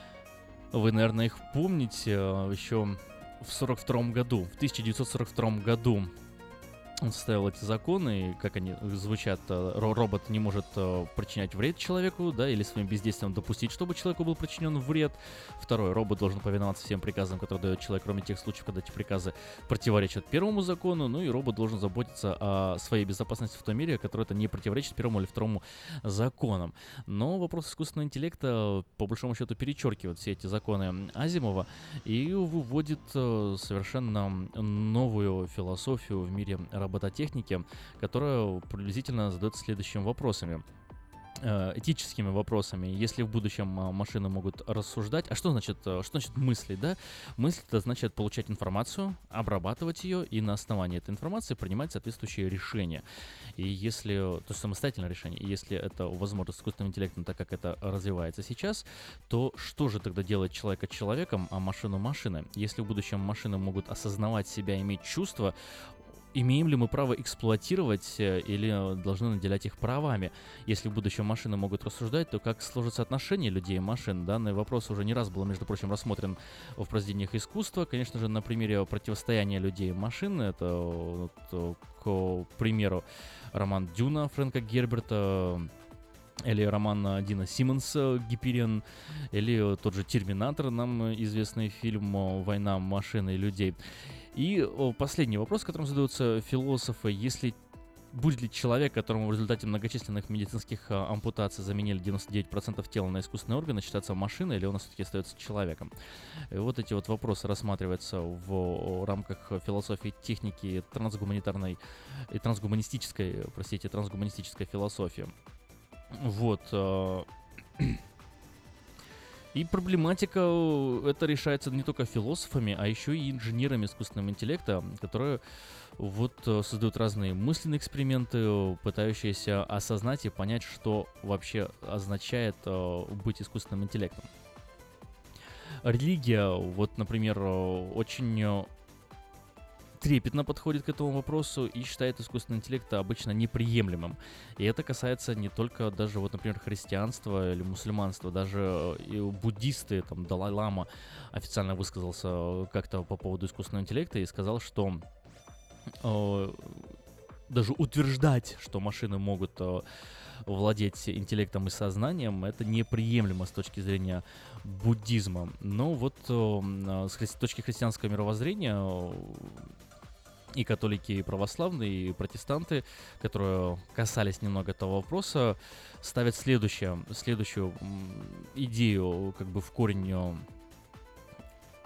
Вы, наверное, их помните еще... В сорок втором году, в тысяча девятьсот сорок втором году он составил эти законы, и как они звучат: робот не может причинять вред человеку, да, или своим бездействием допустить, чтобы человеку был причинен вред. Второе, робот должен повиноваться всем приказам, которые дает человек, кроме тех случаев, когда эти приказы противоречат первому закону. Ну и робот должен заботиться о своей безопасности в том мире, который это не противоречит первому или второму законам. Но вопрос искусственного интеллекта, по большому счету, перечеркивает все эти законы Азимова и выводит совершенно новую философию в мире робототехники. робототехники, которая приблизительно задается следующими вопросами. Этическими вопросами. Если в будущем машины могут рассуждать, а что значит, что значит мыслить, да? Мысль — это значит получать информацию, обрабатывать ее и на основании этой информации принимать соответствующие решения. И если, то есть самостоятельное решение, и если это возможно с искусственным интеллектом, так как это развивается сейчас, то что же тогда делает человека человеком, а машину машиной? Если в будущем машины могут осознавать себя, иметь чувства, имеем ли мы право эксплуатировать или должны наделять их правами? Если в будущем машины могут рассуждать, то как сложатся отношения людей и машин? Данный вопрос уже не раз был, между прочим, рассмотрен в произведениях искусства. Конечно же, на примере противостояния людей и машин. Это, вот, к примеру, роман «Дюна» Фрэнка Герберта, или роман Дина Симмонса «Гиперион», или тот же «Терминатор», нам известный фильм «Война машин и людей». И последний вопрос, которым задаются философы: если будет ли человек, которому в результате многочисленных медицинских ампутаций заменили девяносто девять процентов тела на искусственные органы, считаться машиной, или он все-таки остается человеком? И вот эти вот вопросы рассматриваются в рамках философии техники трансгуманитарной и трансгуманистической, простите, трансгуманистической философии. Вот. И проблематика это решается не только философами, а еще и инженерами искусственного интеллекта, которые вот создают разные мысленные эксперименты, пытающиеся осознать и понять, что вообще означает быть искусственным интеллектом. Религия, вот, например, очень трепетно подходит к этому вопросу и считает искусственный интеллект обычно неприемлемым. И это касается не только даже, вот, например, христианства или мусульманства, даже и буддисты, там, Далай-лама официально высказался как-то по поводу искусственного интеллекта и сказал, что э, даже утверждать, что машины могут э, владеть интеллектом и сознанием, это неприемлемо с точки зрения буддизма. Но вот э, с хри- точки христианского мировоззрения э, и католики, и православные, и протестанты, которые касались немного этого вопроса, ставят следующее, следующую идею как бы в корень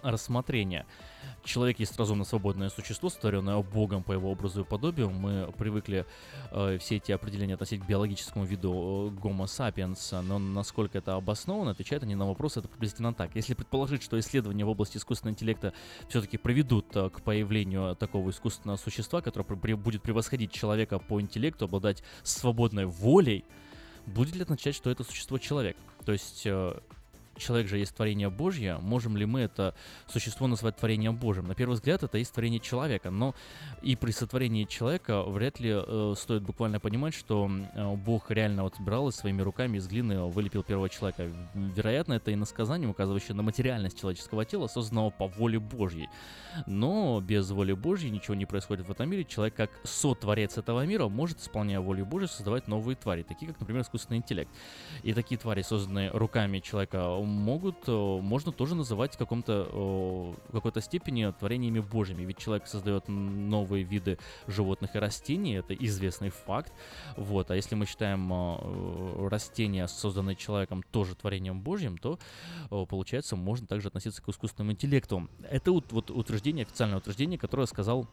рассмотрения. Человек есть разумно свободное существо, сотворенное Богом по его образу и подобию. Мы привыкли э, все эти определения относить к биологическому виду э, Homo sapiens, но насколько это обосновано, отвечают они на вопрос, это приблизительно так. Если предположить, что исследования в области искусственного интеллекта все-таки приведут э, к появлению такого искусственного существа, которое при, будет превосходить человека по интеллекту, обладать свободной волей, будет ли это означать, что это существо человек? То есть... Э, Человек же есть творение Божье, можем ли мы это существо назвать творением Божьим? На первый взгляд, это есть творение человека, но и при сотворении человека вряд ли э, стоит буквально понимать, что э, Бог реально вот брал и своими руками из глины вылепил первого человека. Вероятно, это иносказание, указывающее на материальность человеческого тела, созданного по воле Божьей. Но без воли Божьей ничего не происходит в этом мире. Человек, как сотворец этого мира, может, исполняя волю Божью, создавать новые твари, такие как, например, искусственный интеллект. И такие твари, созданные руками человека, могут, можно тоже называть в каком-то, в какой-то степени творениями Божьими. Ведь человек создает новые виды животных и растений, это известный факт. Вот. А если мы считаем растения, созданные человеком, тоже творением Божьим, то, получается, можно также относиться к искусственному интеллекту. Это вот, вот утверждение, официальное утверждение, которое сказал,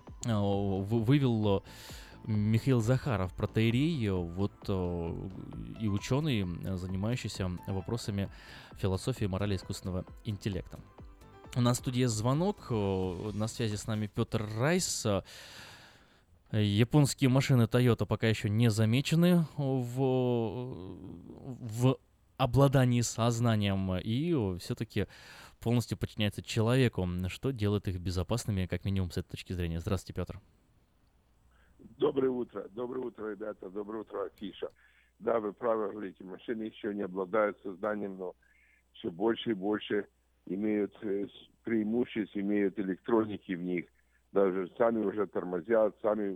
вывел Михаил Захаров, протоиерей, вот, и ученый, занимающийся вопросами философии и морали искусственного интеллекта. У нас в студии есть звонок, на связи с нами Петр Райс. Японские машины Toyota пока еще не замечены в, в обладании сознанием и все-таки полностью подчиняются человеку, что делает их безопасными, как минимум, с этой точки зрения. Здравствуйте, Петр. Доброе утро, доброе утро, ребята, доброе утро, Афиша. Да, вы правы говорите, машины еще не обладают сознанием, но все больше и больше имеют преимуществ, имеют электроники в них. Даже сами уже тормозят, сами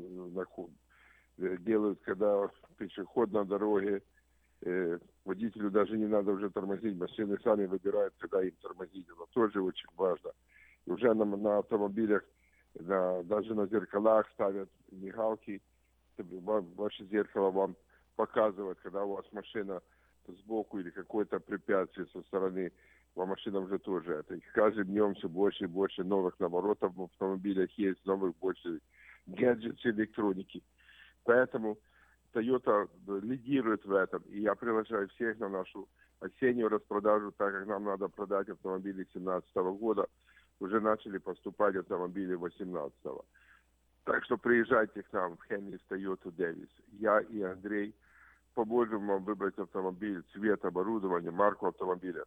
делают, когда пешеход на дороге, э, водителю даже не надо уже тормозить, машины сами выбирают, когда им тормозить. Это тоже очень важно. И уже на, на автомобилях, на, даже на зеркалах ставят мигалки, ваше зеркало вам показывает, когда у вас машина сбоку или какое-то препятствие со стороны, а машина уже тоже это. И каждым днем все больше и больше новых наворотов в автомобилях есть, новых больше гаджетов, электроники. Поэтому Toyota лидирует в этом. И я приглашаю всех на нашу осеннюю распродажу, так как нам надо продать автомобили две тысячи семнадцатого года. Уже начали поступать автомобили две тысячи восемнадцатого. Так что приезжайте к нам в Henry's Toyota Davis. Я и Андрей поможем вам выбрать автомобиль, цвет, оборудование, марку автомобиля.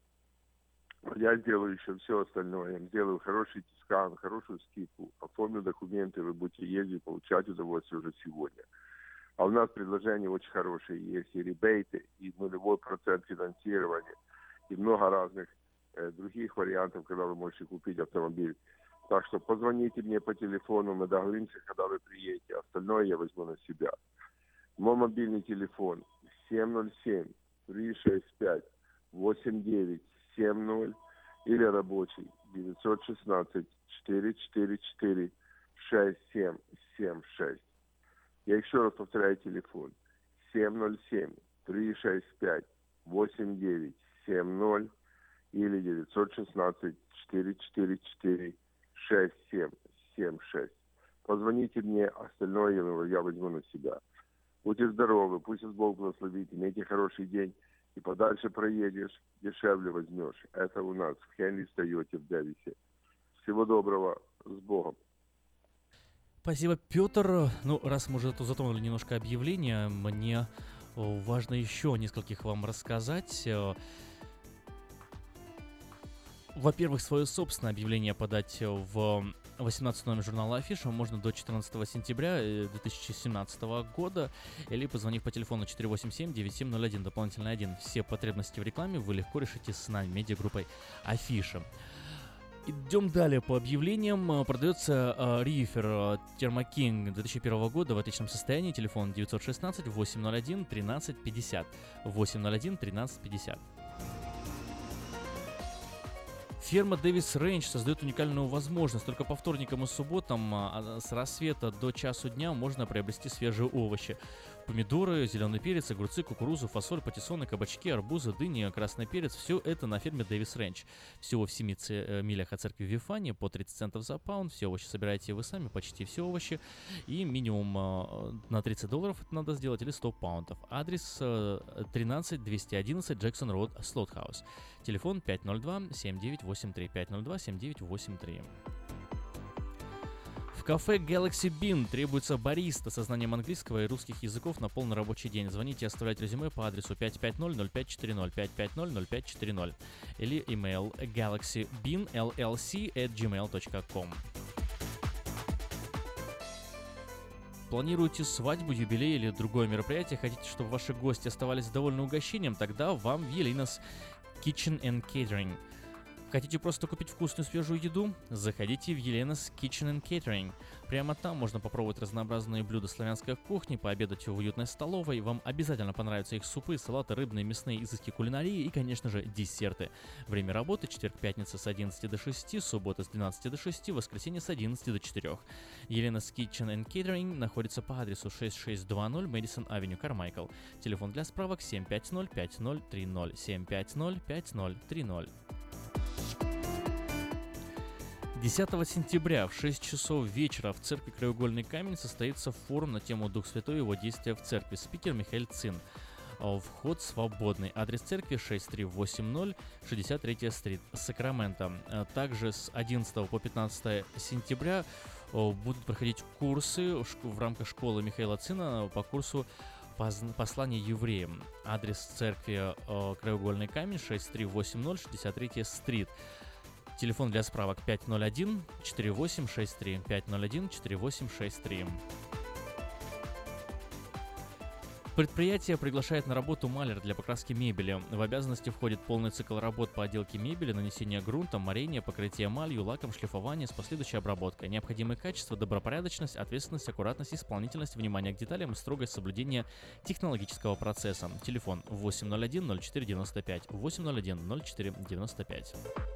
Я сделаю еще все остальное. Я сделаю хороший дискаунт, хорошую скидку, оформлю документы, вы будете ездить, получать удовольствие уже сегодня. А у нас предложения очень хорошие. Есть и ребейты, и нулевой процент финансирования, и много разных э, других вариантов, когда вы можете купить автомобиль. Так что позвоните мне по телефону, мы договоримся, когда вы приедете. Остальное я возьму на себя. Мой мобильный телефон семь ноль семь три шесть пять восемь девять семь ноль или рабочий девять один шесть четыре четыре четыре шесть семь семь шесть. Я еще раз повторяю телефон семь ноль семь три шесть пять восемь девять семь ноль или девять один шесть четыре четыре четыре шесть семь семь шесть. Позвоните мне, остальное я возьму на себя. Будьте здоровы, пусть Бог благословит, имейте хороший день. И подальше проедешь, дешевле возьмешь. Это у нас в Henry's Toyota в Дэвисе. Всего доброго, с Богом. Спасибо, Петр. Ну, раз мы уже тут затронули немножко объявления, мне важно еще нескольких вам рассказать. Во-первых, свое собственное объявление подать в восемнадцатый номер журнала «Афиша» можно до четырнадцатого сентября две тысячи семнадцатого года или позвонив по телефону четыре восемь семь девять семь ноль один, дополнительно один. Все потребности в рекламе вы легко решите с нами, медиагруппой «Афиша». Идем далее по объявлениям. Продается э, рифер Thermo-King две тысячи первого года в отличном состоянии. Телефон девять один шесть восемь ноль один тринадцать пятьдесят. восемь ноль один тринадцать пятьдесят. Ферма Davis Ranch создает уникальную возможность. Только по вторникам и субботам с рассвета до часу дня можно приобрести свежие овощи. помидоры, зеленый перец, огурцы, кукурузу, фасоль, патиссоны, кабачки, арбузы, дыни, красный перец. Все это на ферме Дэвис Рэнч. Всего в семи ц... милях от церкви Вифании по тридцать центов за паунд. Все овощи собираете вы сами, почти все овощи. И минимум э, на тридцать долларов это надо сделать или сто паундов. Адрес э, тринадцать двести одиннадцать Джексон Роуд, Слоутхаус. Телефон пять ноль два семь девять восемь три, пять ноль два семь девять восемь три. В кафе Galaxy Bean требуется бариста со знанием английского и русских языков на полный рабочий день. Звоните и оставляйте резюме по адресу пять пять ноль ноль пять четыре ноль, пять пять ноль ноль пять четыре ноль или email galaxybean эл эл си at gmail точка ком. Планируете свадьбу, юбилей или другое мероприятие, хотите, чтобы ваши гости оставались довольны угощением, тогда вам в Елена's Kitchen and Catering. Хотите просто купить вкусную свежую еду? Заходите в Елена's Kitchen and Catering. Прямо там можно попробовать разнообразные блюда славянской кухни, пообедать в уютной столовой. Вам обязательно понравятся их супы, салаты, рыбные, мясные изыски кулинарии и, конечно же, десерты. Время работы: четверг-пятница с одиннадцати до шести, суббота с двенадцати до шести, воскресенье с одиннадцати до четырёх. Елена's Kitchen and Catering находится по адресу шесть шесть два ноль Мэдисон Авеню, Кармайкл. Телефон для справок семь пять ноль пять ноль три ноль, семь пять ноль пять ноль три ноль. десятого сентября в шесть часов вечера в церкви Краеугольный камень состоится форум на тему «Дух Святой и его действия в церкви». Спикер Михаил Цин. Вход свободный. Адрес церкви шесть три восемь ноль шестьдесят третья стрит, Сакраменто. Также с одиннадцатого по пятнадцатое сентября будут проходить курсы в рамках школы Михаила Цина по курсу «Послание евреям». Адрес церкви Краеугольный камень шесть три восемь ноль шестьдесят третья стрит. Телефон для справок пять ноль один четыре восемь шесть три, пять ноль один четыре восемь шесть три. Предприятие приглашает на работу маляр для покраски мебели. В обязанности входит полный цикл работ по отделке мебели, нанесение грунта, морение, покрытие эмалью, лаком, шлифование с последующей обработкой. Необходимые качества: добропорядочность, ответственность, аккуратность, исполнительность, внимание к деталям и строгое соблюдение технологического процесса. Телефон восемь ноль один ноль четыре девяносто пять, восемь ноль один ноль четыре девяносто пять.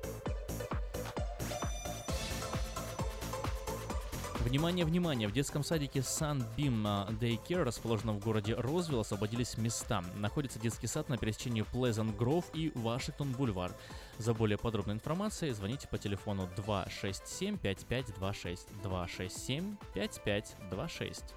Внимание, внимание! В детском садике Sunbeam Daycare, расположенном в городе Розвилл, освободились места. Находится детский сад на пересечении Pleasant Grove и Вашингтон-Бульвар. За более подробной информацией звоните по телефону два шесть семь пять пять два шесть, два шесть семь пять пять два шесть.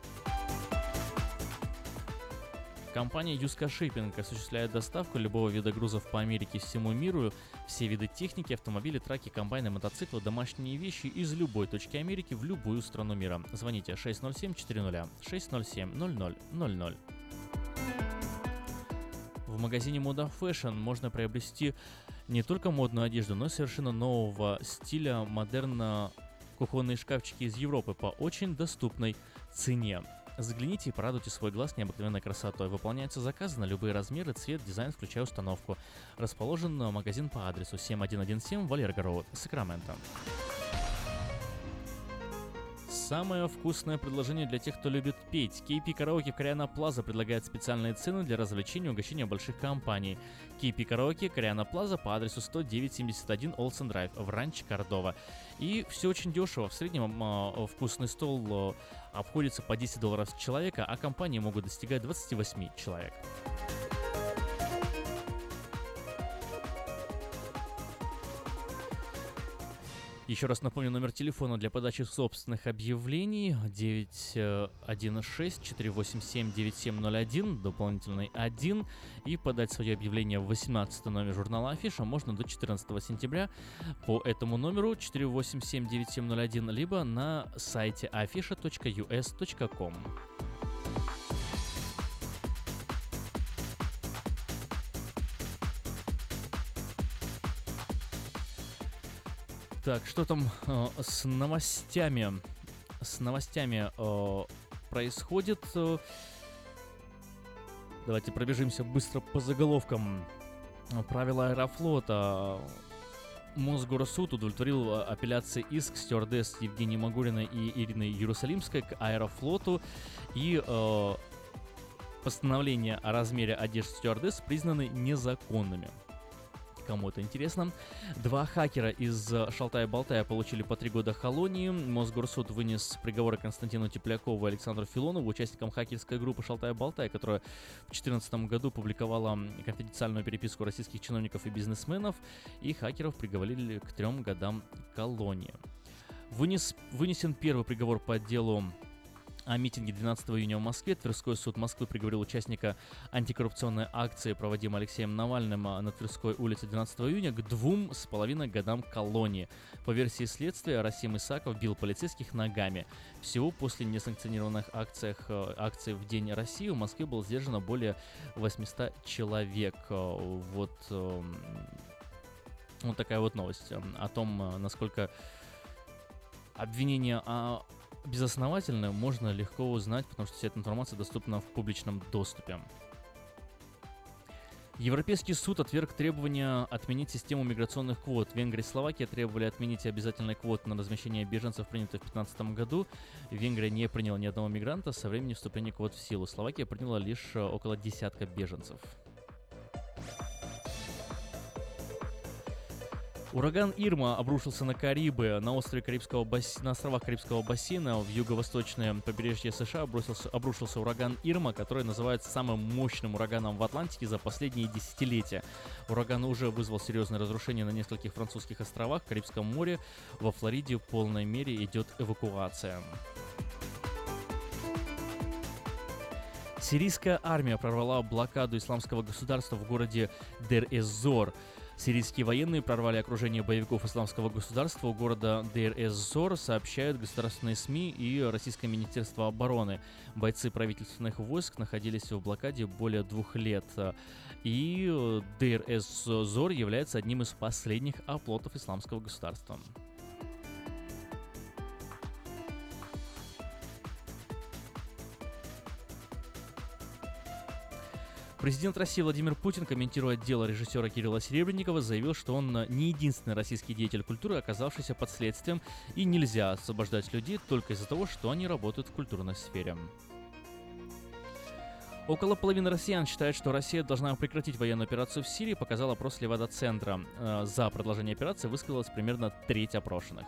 Компания Юска Shipping осуществляет доставку любого вида грузов по Америке и всему миру. Все виды техники, автомобили, траки, комбайны, мотоциклы, домашние вещи из любой точки Америки в любую страну мира. Звоните шесть ноль семь четыре ноль, шесть ноль семь ноль ноль ноль ноль. В магазине Moda Fashion можно приобрести не только модную одежду, но и совершенно нового стиля модерна кухонные шкафчики из Европы по очень доступной цене. Загляните и порадуйте свой глаз необыкновенной красотой. Выполняются заказы на любые размеры, цвет, дизайн, включая установку. Расположен магазин по адресу семь один семь Валерго Роуд, Сакраменто. Самое вкусное предложение для тех, кто любит петь. кей пи Караоке в Кориана Плаза предлагает специальные цены для развлечения и угощения больших компаний. кей пи Караоке Кориана Плаза по адресу сто девять семьдесят один Олсен Драйв в Ранч Кордова. И все очень дешево. В среднем э, вкусный стол э, обходится по десять долларов с человека, а компании могут достигать двадцать восемь человек. Еще раз напомню номер телефона для подачи собственных объявлений девять один шесть четыре восемь семь девять семь ноль один, дополнительный один, и подать свое объявление в восемнадцатый номер журнала Афиша можно до четырнадцатого сентября по этому номеру четыре восемь семь девять семь ноль один, либо на сайте афиша точка ю эс точка ком. Так, что там э, с новостями? С новостями э, происходит. Э, давайте пробежимся быстро по заголовкам. Правила Аэрофлота. Мосгорсуд удовлетворил апелляции иск стюардесс Евгении Магуриной и Ирины Иерусалимской к Аэрофлоту. И э, постановления о размере одежд стюардесс признаны незаконными. кому это интересно. Два хакера из Шалтай-Болтая получили по три года колонии. Мосгорсуд вынес приговоры Константину Теплякову и Александру Филонову, участникам хакерской группы Шалтай-Болтай, которая в две тысячи четырнадцатом году публиковала конфиденциальную переписку российских чиновников и бизнесменов, и хакеров приговорили к трем годам колонии. Вынес, вынесен первый приговор по делу о митинге двенадцатого июня в Москве. Тверской суд Москвы приговорил участника антикоррупционной акции, проводимой Алексеем Навальным на Тверской улице двенадцатого июня, к двум с половиной годам колонии. По версии следствия, Расим Исаков бил полицейских ногами. Всего после несанкционированных акциях, акций в День России в Москве было сдержано более восемьсот человек. Вот, вот такая вот новость о том, насколько обвинение о безосновательно можно легко узнать, потому что вся эта информация доступна в публичном доступе. Европейский суд отверг требования отменить систему миграционных квот. Венгрия и Словакия требовали отменить обязательные квоты на размещение беженцев, принятые в две тысячи пятнадцатом году. Венгрия не приняла ни одного мигранта со времени вступления квот в силу. Словакия приняла лишь около десятка беженцев. Ураган Ирма обрушился на Карибы. На острове Карибского бас... на островах Карибского бассейна в юго-восточное побережье США обрушился, обрушился ураган Ирма, который называется самым мощным ураганом в Атлантике за последние десятилетия. Ураган уже вызвал серьезные разрушения на нескольких французских островах, в Карибском море. Во Флориде в полной мере идет эвакуация. Сирийская армия прорвала блокаду исламского государства в городе Дейр-эз-Зор. Сирийские военные прорвали окружение боевиков исламского государства у города Дейр-эз-Зор, сообщают государственные СМИ и Российское министерство обороны. Бойцы правительственных войск находились в блокаде более двух лет. И Дейр-эз-Зор является одним из последних оплотов исламского государства. Президент России Владимир Путин, комментируя дело режиссера Кирилла Серебренникова, заявил, что он не единственный российский деятель культуры, оказавшийся под следствием, и нельзя освобождать людей только из-за того, что они работают в культурной сфере. Около половины россиян считают, что Россия должна прекратить военную операцию в Сирии, показал опрос Левада-центра. За продолжение операции высказалась примерно треть опрошенных.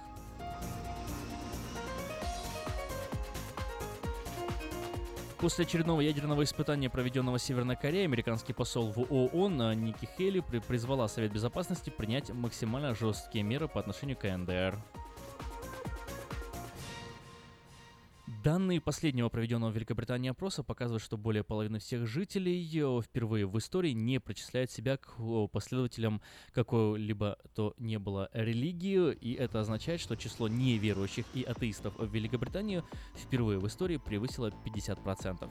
После очередного ядерного испытания, проведенного Северной Кореей, американский посол в ООН Ники Хейли призвала Совет Безопасности принять максимально жесткие меры по отношению к КНДР. Данные последнего проведенного в Великобритании опроса показывают, что более половины всех жителей впервые в истории не причисляют себя к последователям какой-либо то не было религии, и это означает, что число неверующих и атеистов в Великобритании впервые в истории превысило пятьдесят процентов.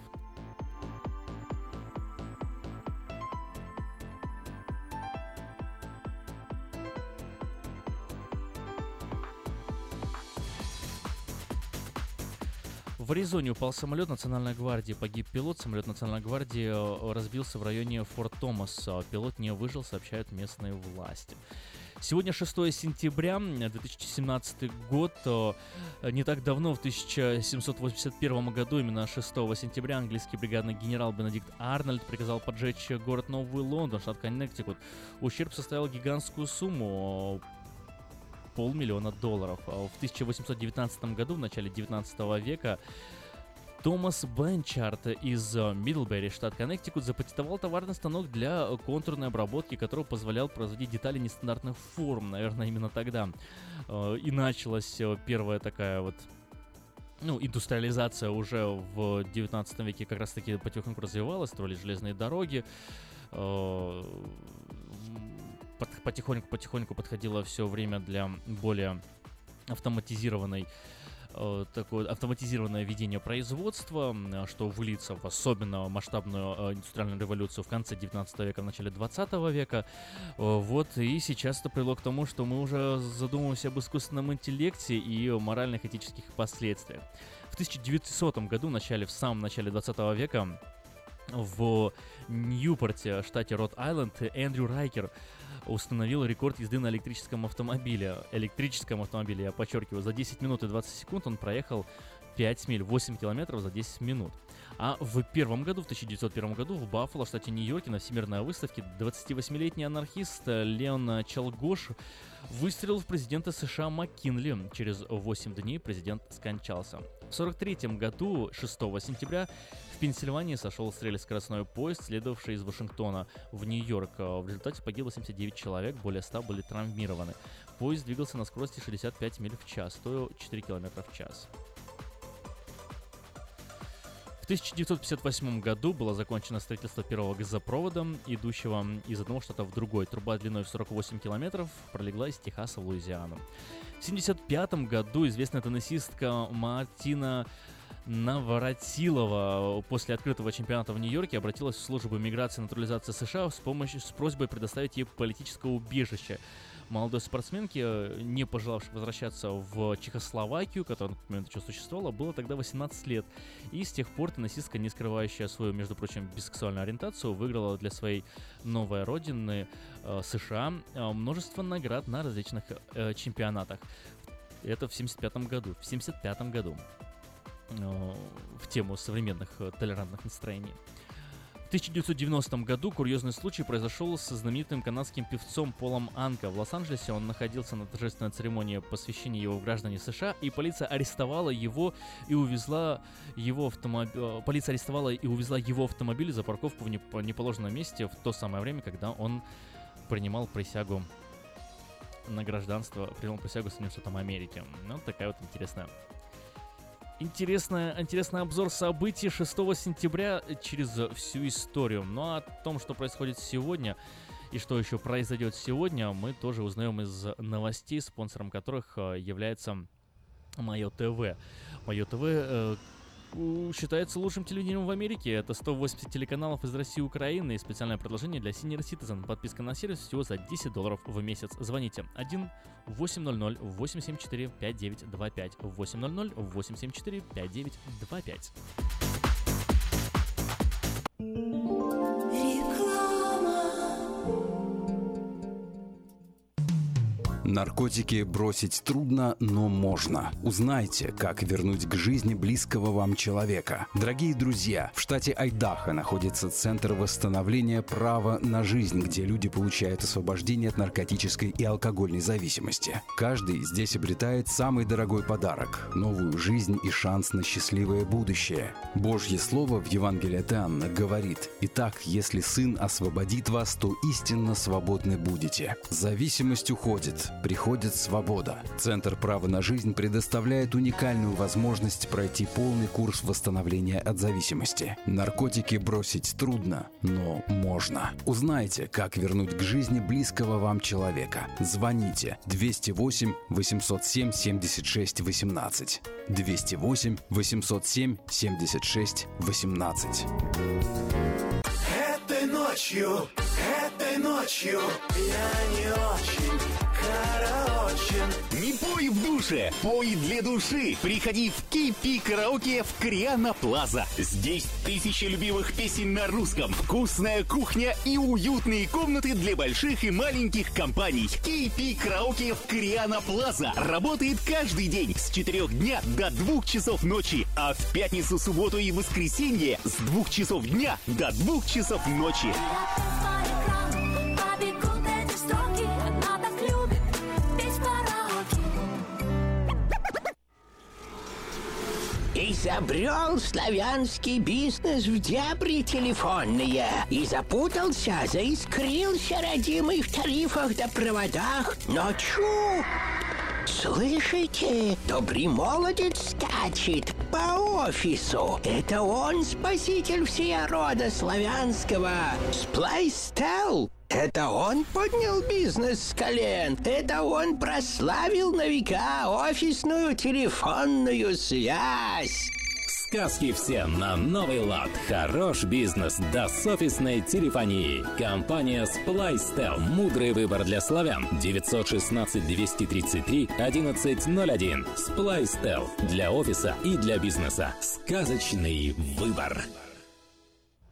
В Аризоне упал самолет Национальной гвардии, погиб пилот, самолет Национальной гвардии разбился в районе Форт Томас. Пилот не выжил, сообщают местные власти. Сегодня шестое сентября, две тысячи семнадцатый год. Не так давно, в тысяча семьсот восемьдесят первом году, именно шестого сентября, английский бригадный генерал Бенедикт Арнольд приказал поджечь город Новый Лондон, штат Коннектикут. Ущерб составил гигантскую сумму — полмиллиона долларов. В тысяча восемьсот девятнадцатом году, в начале девятнадцатого века, Томас Бенчард из Мидлбери, штат Коннектикут, запатентовал товарный станок для контурной обработки, который позволял производить детали нестандартных форм. Наверное, именно тогда и началась первая такая вот, ну, индустриализация. Уже в девятнадцатом веке как раз-таки потихоньку развивалась, строились железные дороги. Потихоньку-потихоньку подходило все время для более автоматизированной такое автоматизированное ведение производства, что выльется в особенно масштабную индустриальную революцию в конце девятнадцатого века, в начале двадцатого века. Вот, и сейчас это привело к тому, что мы уже задумываемся об искусственном интеллекте и моральных этических последствиях. В тысяча девятисотом году, в, начале, в самом начале двадцатого века, в Ньюпорте, штате Род-Айленд, Эндрю Райкер установил рекорд езды на электрическом автомобиле. Электрическом автомобиле, я подчеркиваю, за десять минут и двадцать секунд он проехал пять миль, восемь километров за десять минут. А в первом году, в тысяча девятьсот первом году, в Баффало, штате Нью-Йорке, на Всемирной выставке двадцативосьмилетний анархист Леон Чалгош выстрелил в президента США Маккинли. Через восемь дней президент скончался. В сорок третьем году, шестого сентября, в Пенсильвании сошел с рельс скоростной поезд, следовавший из Вашингтона в Нью-Йорк. В результате погибло семьдесят девять человек, более ста были травмированы. Поезд двигался на скорости шестьдесят пять миль в час, стоил четыре километра в час. В тысяча девятьсот пятьдесят восьмом году было закончено строительство первого газопровода, идущего из одного штата в другой. Труба длиной в сорок восемь километров пролегла из Техаса в Луизиану. В семьдесят пятом году известная теннисистка Мартина Навратилова после открытого чемпионата в Нью-Йорке обратилась в службу миграции и натурализации США с помощью, с просьбой предоставить ей политическое убежище. Молодой спортсменке, не пожелавшей возвращаться в Чехословакию, которая на тот момент еще существовала, было тогда восемнадцать лет. И с тех пор теннисистка, не скрывающая свою, между прочим, бисексуальную ориентацию, выиграла для своей новой родины э, США э, множество наград на различных э, чемпионатах. Это в семьдесят пятом году. В семьдесят пятом году. Э, в тему современных э, толерантных настроений. В тысяча девятьсот девяностом году курьезный случай произошел со знаменитым канадским певцом Полом Анка. В Лос-Анджелесе он находился на торжественной церемонии посвящения его в граждане США, и полиция арестовала его и увезла его автомобиль. Полиция арестовала и увезла его автомобиль за парковку в неп- неположенном месте в то самое время, когда он принимал присягу на гражданство, принимал присягу Соединенным Штатам Америки. Ну, такая вот интересная. Интересный, интересный обзор событий шестого сентября через всю историю. Ну а о том, что происходит сегодня и что еще произойдет сегодня, мы тоже узнаем из новостей, спонсором которых является Мое ТВ. Мое ТВ э, считается лучшим телевидением в Америке. Это сто восемьдесят телеканалов из России и Украины и специальное предложение для Senior Citizen. Подписка на сервис всего за десять долларов в месяц. Звоните один восемьсот восемь семь четыре пять девять два пять восемь восемьсот восемь семь четыре пять девять два пять. Наркотики бросить трудно, но можно. Узнайте, как вернуть к жизни близкого вам человека. Дорогие друзья, в штате Айдахо находится Центр восстановления права на жизнь, где люди получают освобождение от наркотической и алкогольной зависимости. Каждый здесь обретает самый дорогой подарок – новую жизнь и шанс на счастливое будущее. Божье Слово в Евангелии от Иоанна говорит: «Итак, если Сын освободит вас, то истинно свободны будете». Зависимость уходит. Приходит свобода. Центр права на жизнь предоставляет уникальную возможность пройти полный курс восстановления от зависимости. Наркотики бросить трудно, но можно. Узнайте, как вернуть к жизни близкого вам человека. Звоните двести восемь восемьсот семь семьдесят шесть восемнадцать. двести восемь восемьсот семь семьдесят шесть восемнадцать. Этой ночью, этой ночью я не очень караочен. Не пой в душе, пой для души. Приходи в кей пи Караоке в Криана Плаза. Здесь тысячи любимых песен на русском, вкусная кухня и уютные комнаты для больших и маленьких компаний. кей пи Караоке в Криана Плаза работает каждый день с четырёх дня до двух часов ночи, а в пятницу, субботу и воскресенье с двух часов дня до двух часов ночи. Изобрел славянский бизнес в дебри телефонные и запутался, заискрился родимый в тарифах да проводах. Но чу! Слышите? Добрый молодец скачет по офису. Это он спаситель всея рода славянского. Сплайстел. Это он поднял бизнес с колен. Это он прославил на века офисную телефонную связь. Сказки все на новый лад. Хорош бизнес да с офисной телефонии. Компания Splystel. Мудрый выбор для славян. девятьсот шестнадцать двести тридцать три одиннадцать ноль один. Splystel. Для офиса и для бизнеса. Сказочный выбор.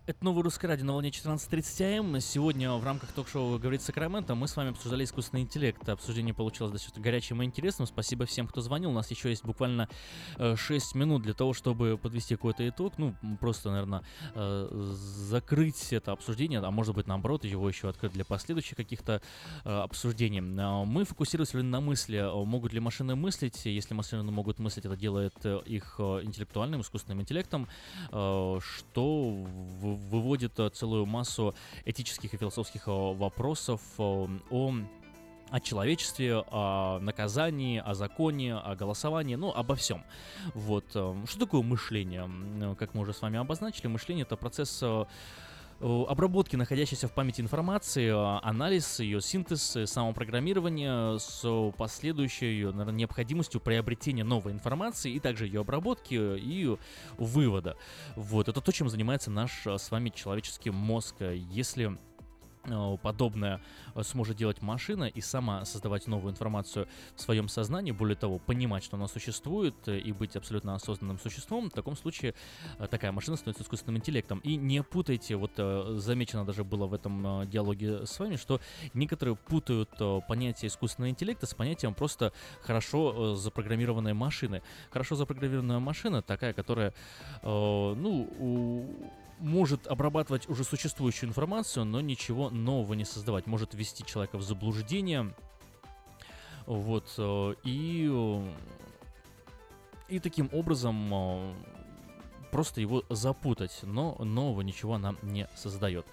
Это новый русский радио на волне четырнадцать тридцать АМ. Сегодня в рамках ток-шоу «Говорит Сакраменто» мы с вами обсуждали искусственный интеллект. Обсуждение получилось достаточно горячим и интересным. Спасибо всем, кто звонил. У нас еще есть буквально шесть минут для того, чтобы подвести какой-то итог. Ну, просто, наверное, закрыть это обсуждение, а может быть, наоборот, его еще открыть для последующих каких-то обсуждений. Мы фокусировались на мысли, могут ли машины мыслить. Если машины могут мыслить, это делает их интеллектуальным, искусственным интеллектом, что выводит целую массу этических и философских вопросов о, о человечестве, о наказании, о законе, о голосовании, ну, обо всем. Вот. Что такое мышление? Как мы уже с вами обозначили, мышление — это процесс обработки находящейся в памяти информации, анализ, ее синтез, самопрограммирование с последующей, наверное, необходимостью приобретения новой информации и также ее обработки и вывода. Вот, это то, чем занимается наш с вами человеческий мозг. Если подобное сможет делать машина и сама создавать новую информацию в своем сознании, более того, понимать, что она существует, и быть абсолютно осознанным существом, в таком случае такая машина становится искусственным интеллектом. И не путайте, вот замечено даже было в этом диалоге с вами, что некоторые путают понятие искусственного интеллекта с понятием просто хорошо запрограммированной машины. Хорошо запрограммированная машина такая, которая, ну, может обрабатывать уже существующую информацию, но ничего нового не создавать. Может ввести человека в заблуждение. Вот. И, и таким образом просто его запутать. Но нового ничего она не создает.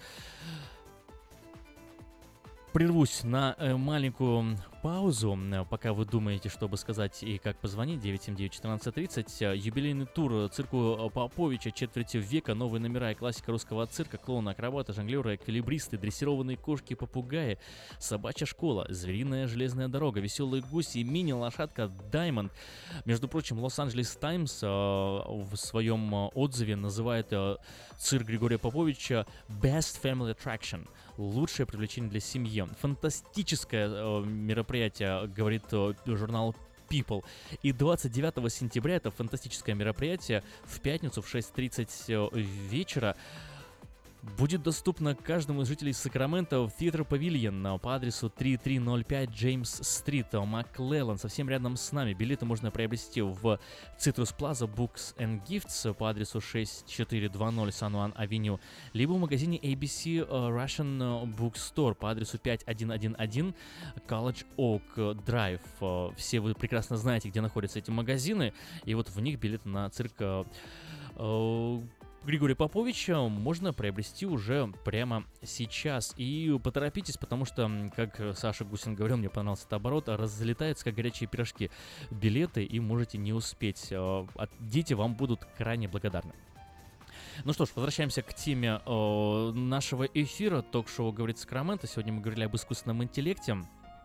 Прервусь на э, маленькую паузу, пока вы думаете, что бы сказать и как позвонить. Девять семь девять четырнадцать тридцать. Юбилейный тур цирку Поповича четверти века. Новые номера и классика русского цирка. Клоуны, акробаты, жонглеры, эквилибристы, дрессированные кошки, попугаи, собачья школа, звериная железная дорога, веселые гуси и мини-лошадка Даймонд. Между прочим, Лос-Анджелес Таймс э, в своем отзыве называет э, цирк Григория Поповича Best Family Attraction. Лучшее привлечение для семьи. Фантастическое э, мероприятие, говорит э, журнал People. И двадцать девятого сентября это фантастическое мероприятие в пятницу в шесть тридцать э, вечера будет доступно каждому из жителей Сакрамента в Theater Pavilion по адресу тридцать три ноль пять Джеймс-стрит, Маклеллан, совсем рядом с нами. Билеты можно приобрести в Citrus Plaza Books and Gifts по адресу шесть четыре два ноль San Juan Avenue, либо в магазине эй би си Russian Bookstore по адресу пять один один один College Oak Drive. Все вы прекрасно знаете, где находятся эти магазины, и вот в них билеты на цирк Григория Поповича можно приобрести уже прямо сейчас. И поторопитесь, потому что, как Саша Гусин говорил, мне понравился этот оборот, разлетаются как горячие пирожки билеты, и можете не успеть. Дети вам будут крайне благодарны. Ну что ж, возвращаемся к теме э, нашего эфира. Ток-шоу «Говорит Сакраменто». Сегодня мы говорили об искусственном интеллекте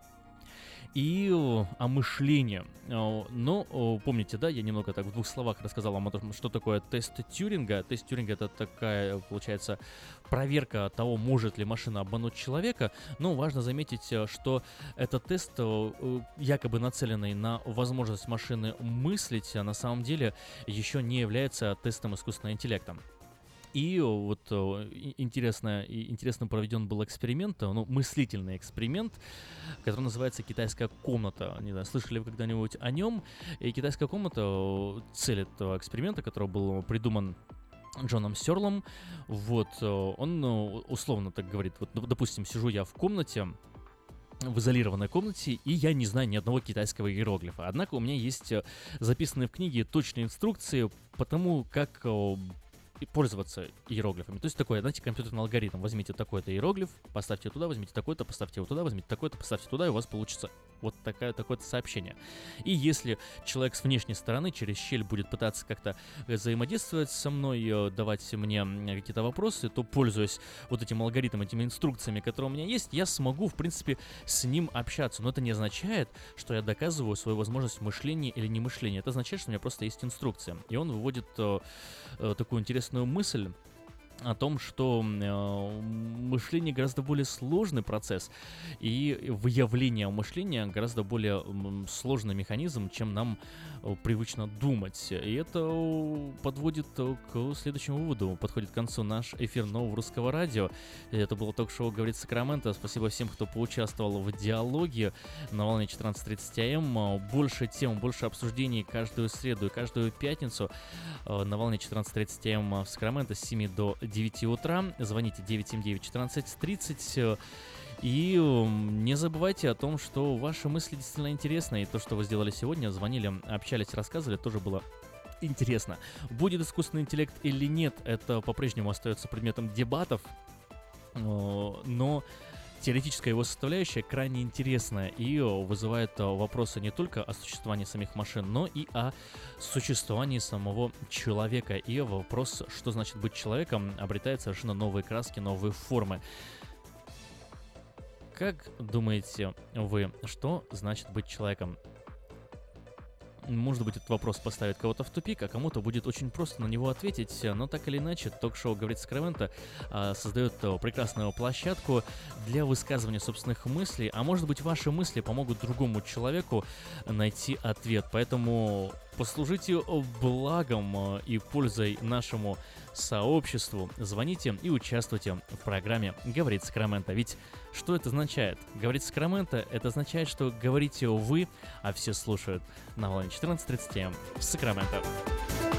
и о мышлении. Но помните, да, я немного так в двух словах рассказал вам о том, что такое тест Тьюринга. Тест Тьюринга — это такая, получается, проверка того, может ли машина обмануть человека. Но важно заметить, что этот тест, якобы нацеленный на возможность машины мыслить, на самом деле еще не является тестом искусственного интеллекта. И вот интересно, интересно проведен был эксперимент, ну, мыслительный эксперимент, который называется «Китайская комната». Не знаю, слышали вы когда-нибудь о нем? И «Китайская комната», цель этого эксперимента, который был придуман Джоном Сёрлом, вот, он условно так говорит, вот, допустим, сижу я в комнате, в изолированной комнате, и я не знаю ни одного китайского иероглифа. Однако у меня есть записанные в книге точные инструкции по тому, как и пользоваться иероглифами. То есть такой, знаете, компьютерный алгоритм. Возьмите такой-то иероглиф, поставьте туда, возьмите такой-то, поставьте его туда, возьмите такой-то, поставьте туда, и у вас получится вот такая, такое-то сообщение. И если человек с внешней стороны через щель будет пытаться как-то взаимодействовать со мной, давать мне какие-то вопросы, то, пользуясь вот этим алгоритмом, этими инструкциями, которые у меня есть, я смогу, в принципе, с ним общаться. Но это не означает, что я доказываю свою возможность мышления или не мышления. Это означает, что у меня просто есть инструкция. И он выводит э, э, такую интересную мысль о том, что э, мышление гораздо более сложный процесс, и выявление мышления гораздо более э, сложный механизм, чем нам э, привычно думать. И это подводит к следующему выводу. Подходит к концу наш эфир Нового Русского Радио. Это было ток-шоу «Говорит Сакраменто». Спасибо всем, кто поучаствовал в диалоге на волне четырнадцать тридцать АМ. Больше тем, больше обсуждений каждую среду и каждую пятницу э, на волне четырнадцать тридцать АМ в Сакраменто с семи до девяти утра. Звоните девять семь девять четырнадцать тридцать. И не забывайте о том, что ваши мысли действительно интересны. И то, что вы сделали сегодня, звонили, общались, рассказывали, тоже было интересно. Будет искусственный интеллект или нет, это по-прежнему остается предметом дебатов. Но теоретическая его составляющая крайне интересная и вызывает вопросы не только о существовании самих машин, но и о существовании самого человека. И вопрос, что значит быть человеком, обретает совершенно новые краски, новые формы. Как думаете вы, что значит быть человеком? Может быть, этот вопрос поставит кого-то в тупик, а кому-то будет очень просто на него ответить. Но так или иначе, ток-шоу «Говорит Сакраменто» создает прекрасную площадку для высказывания собственных мыслей. А может быть, ваши мысли помогут другому человеку найти ответ. Поэтому послужите благом и пользой нашему сообществу. Звоните и участвуйте в программе «Говорит Сакраменто». Ведь что это означает? «Говорит Сакраменто» — это означает, что говорите вы, а все слушают. На волне четырнадцать тридцать АМ в Сакраменто.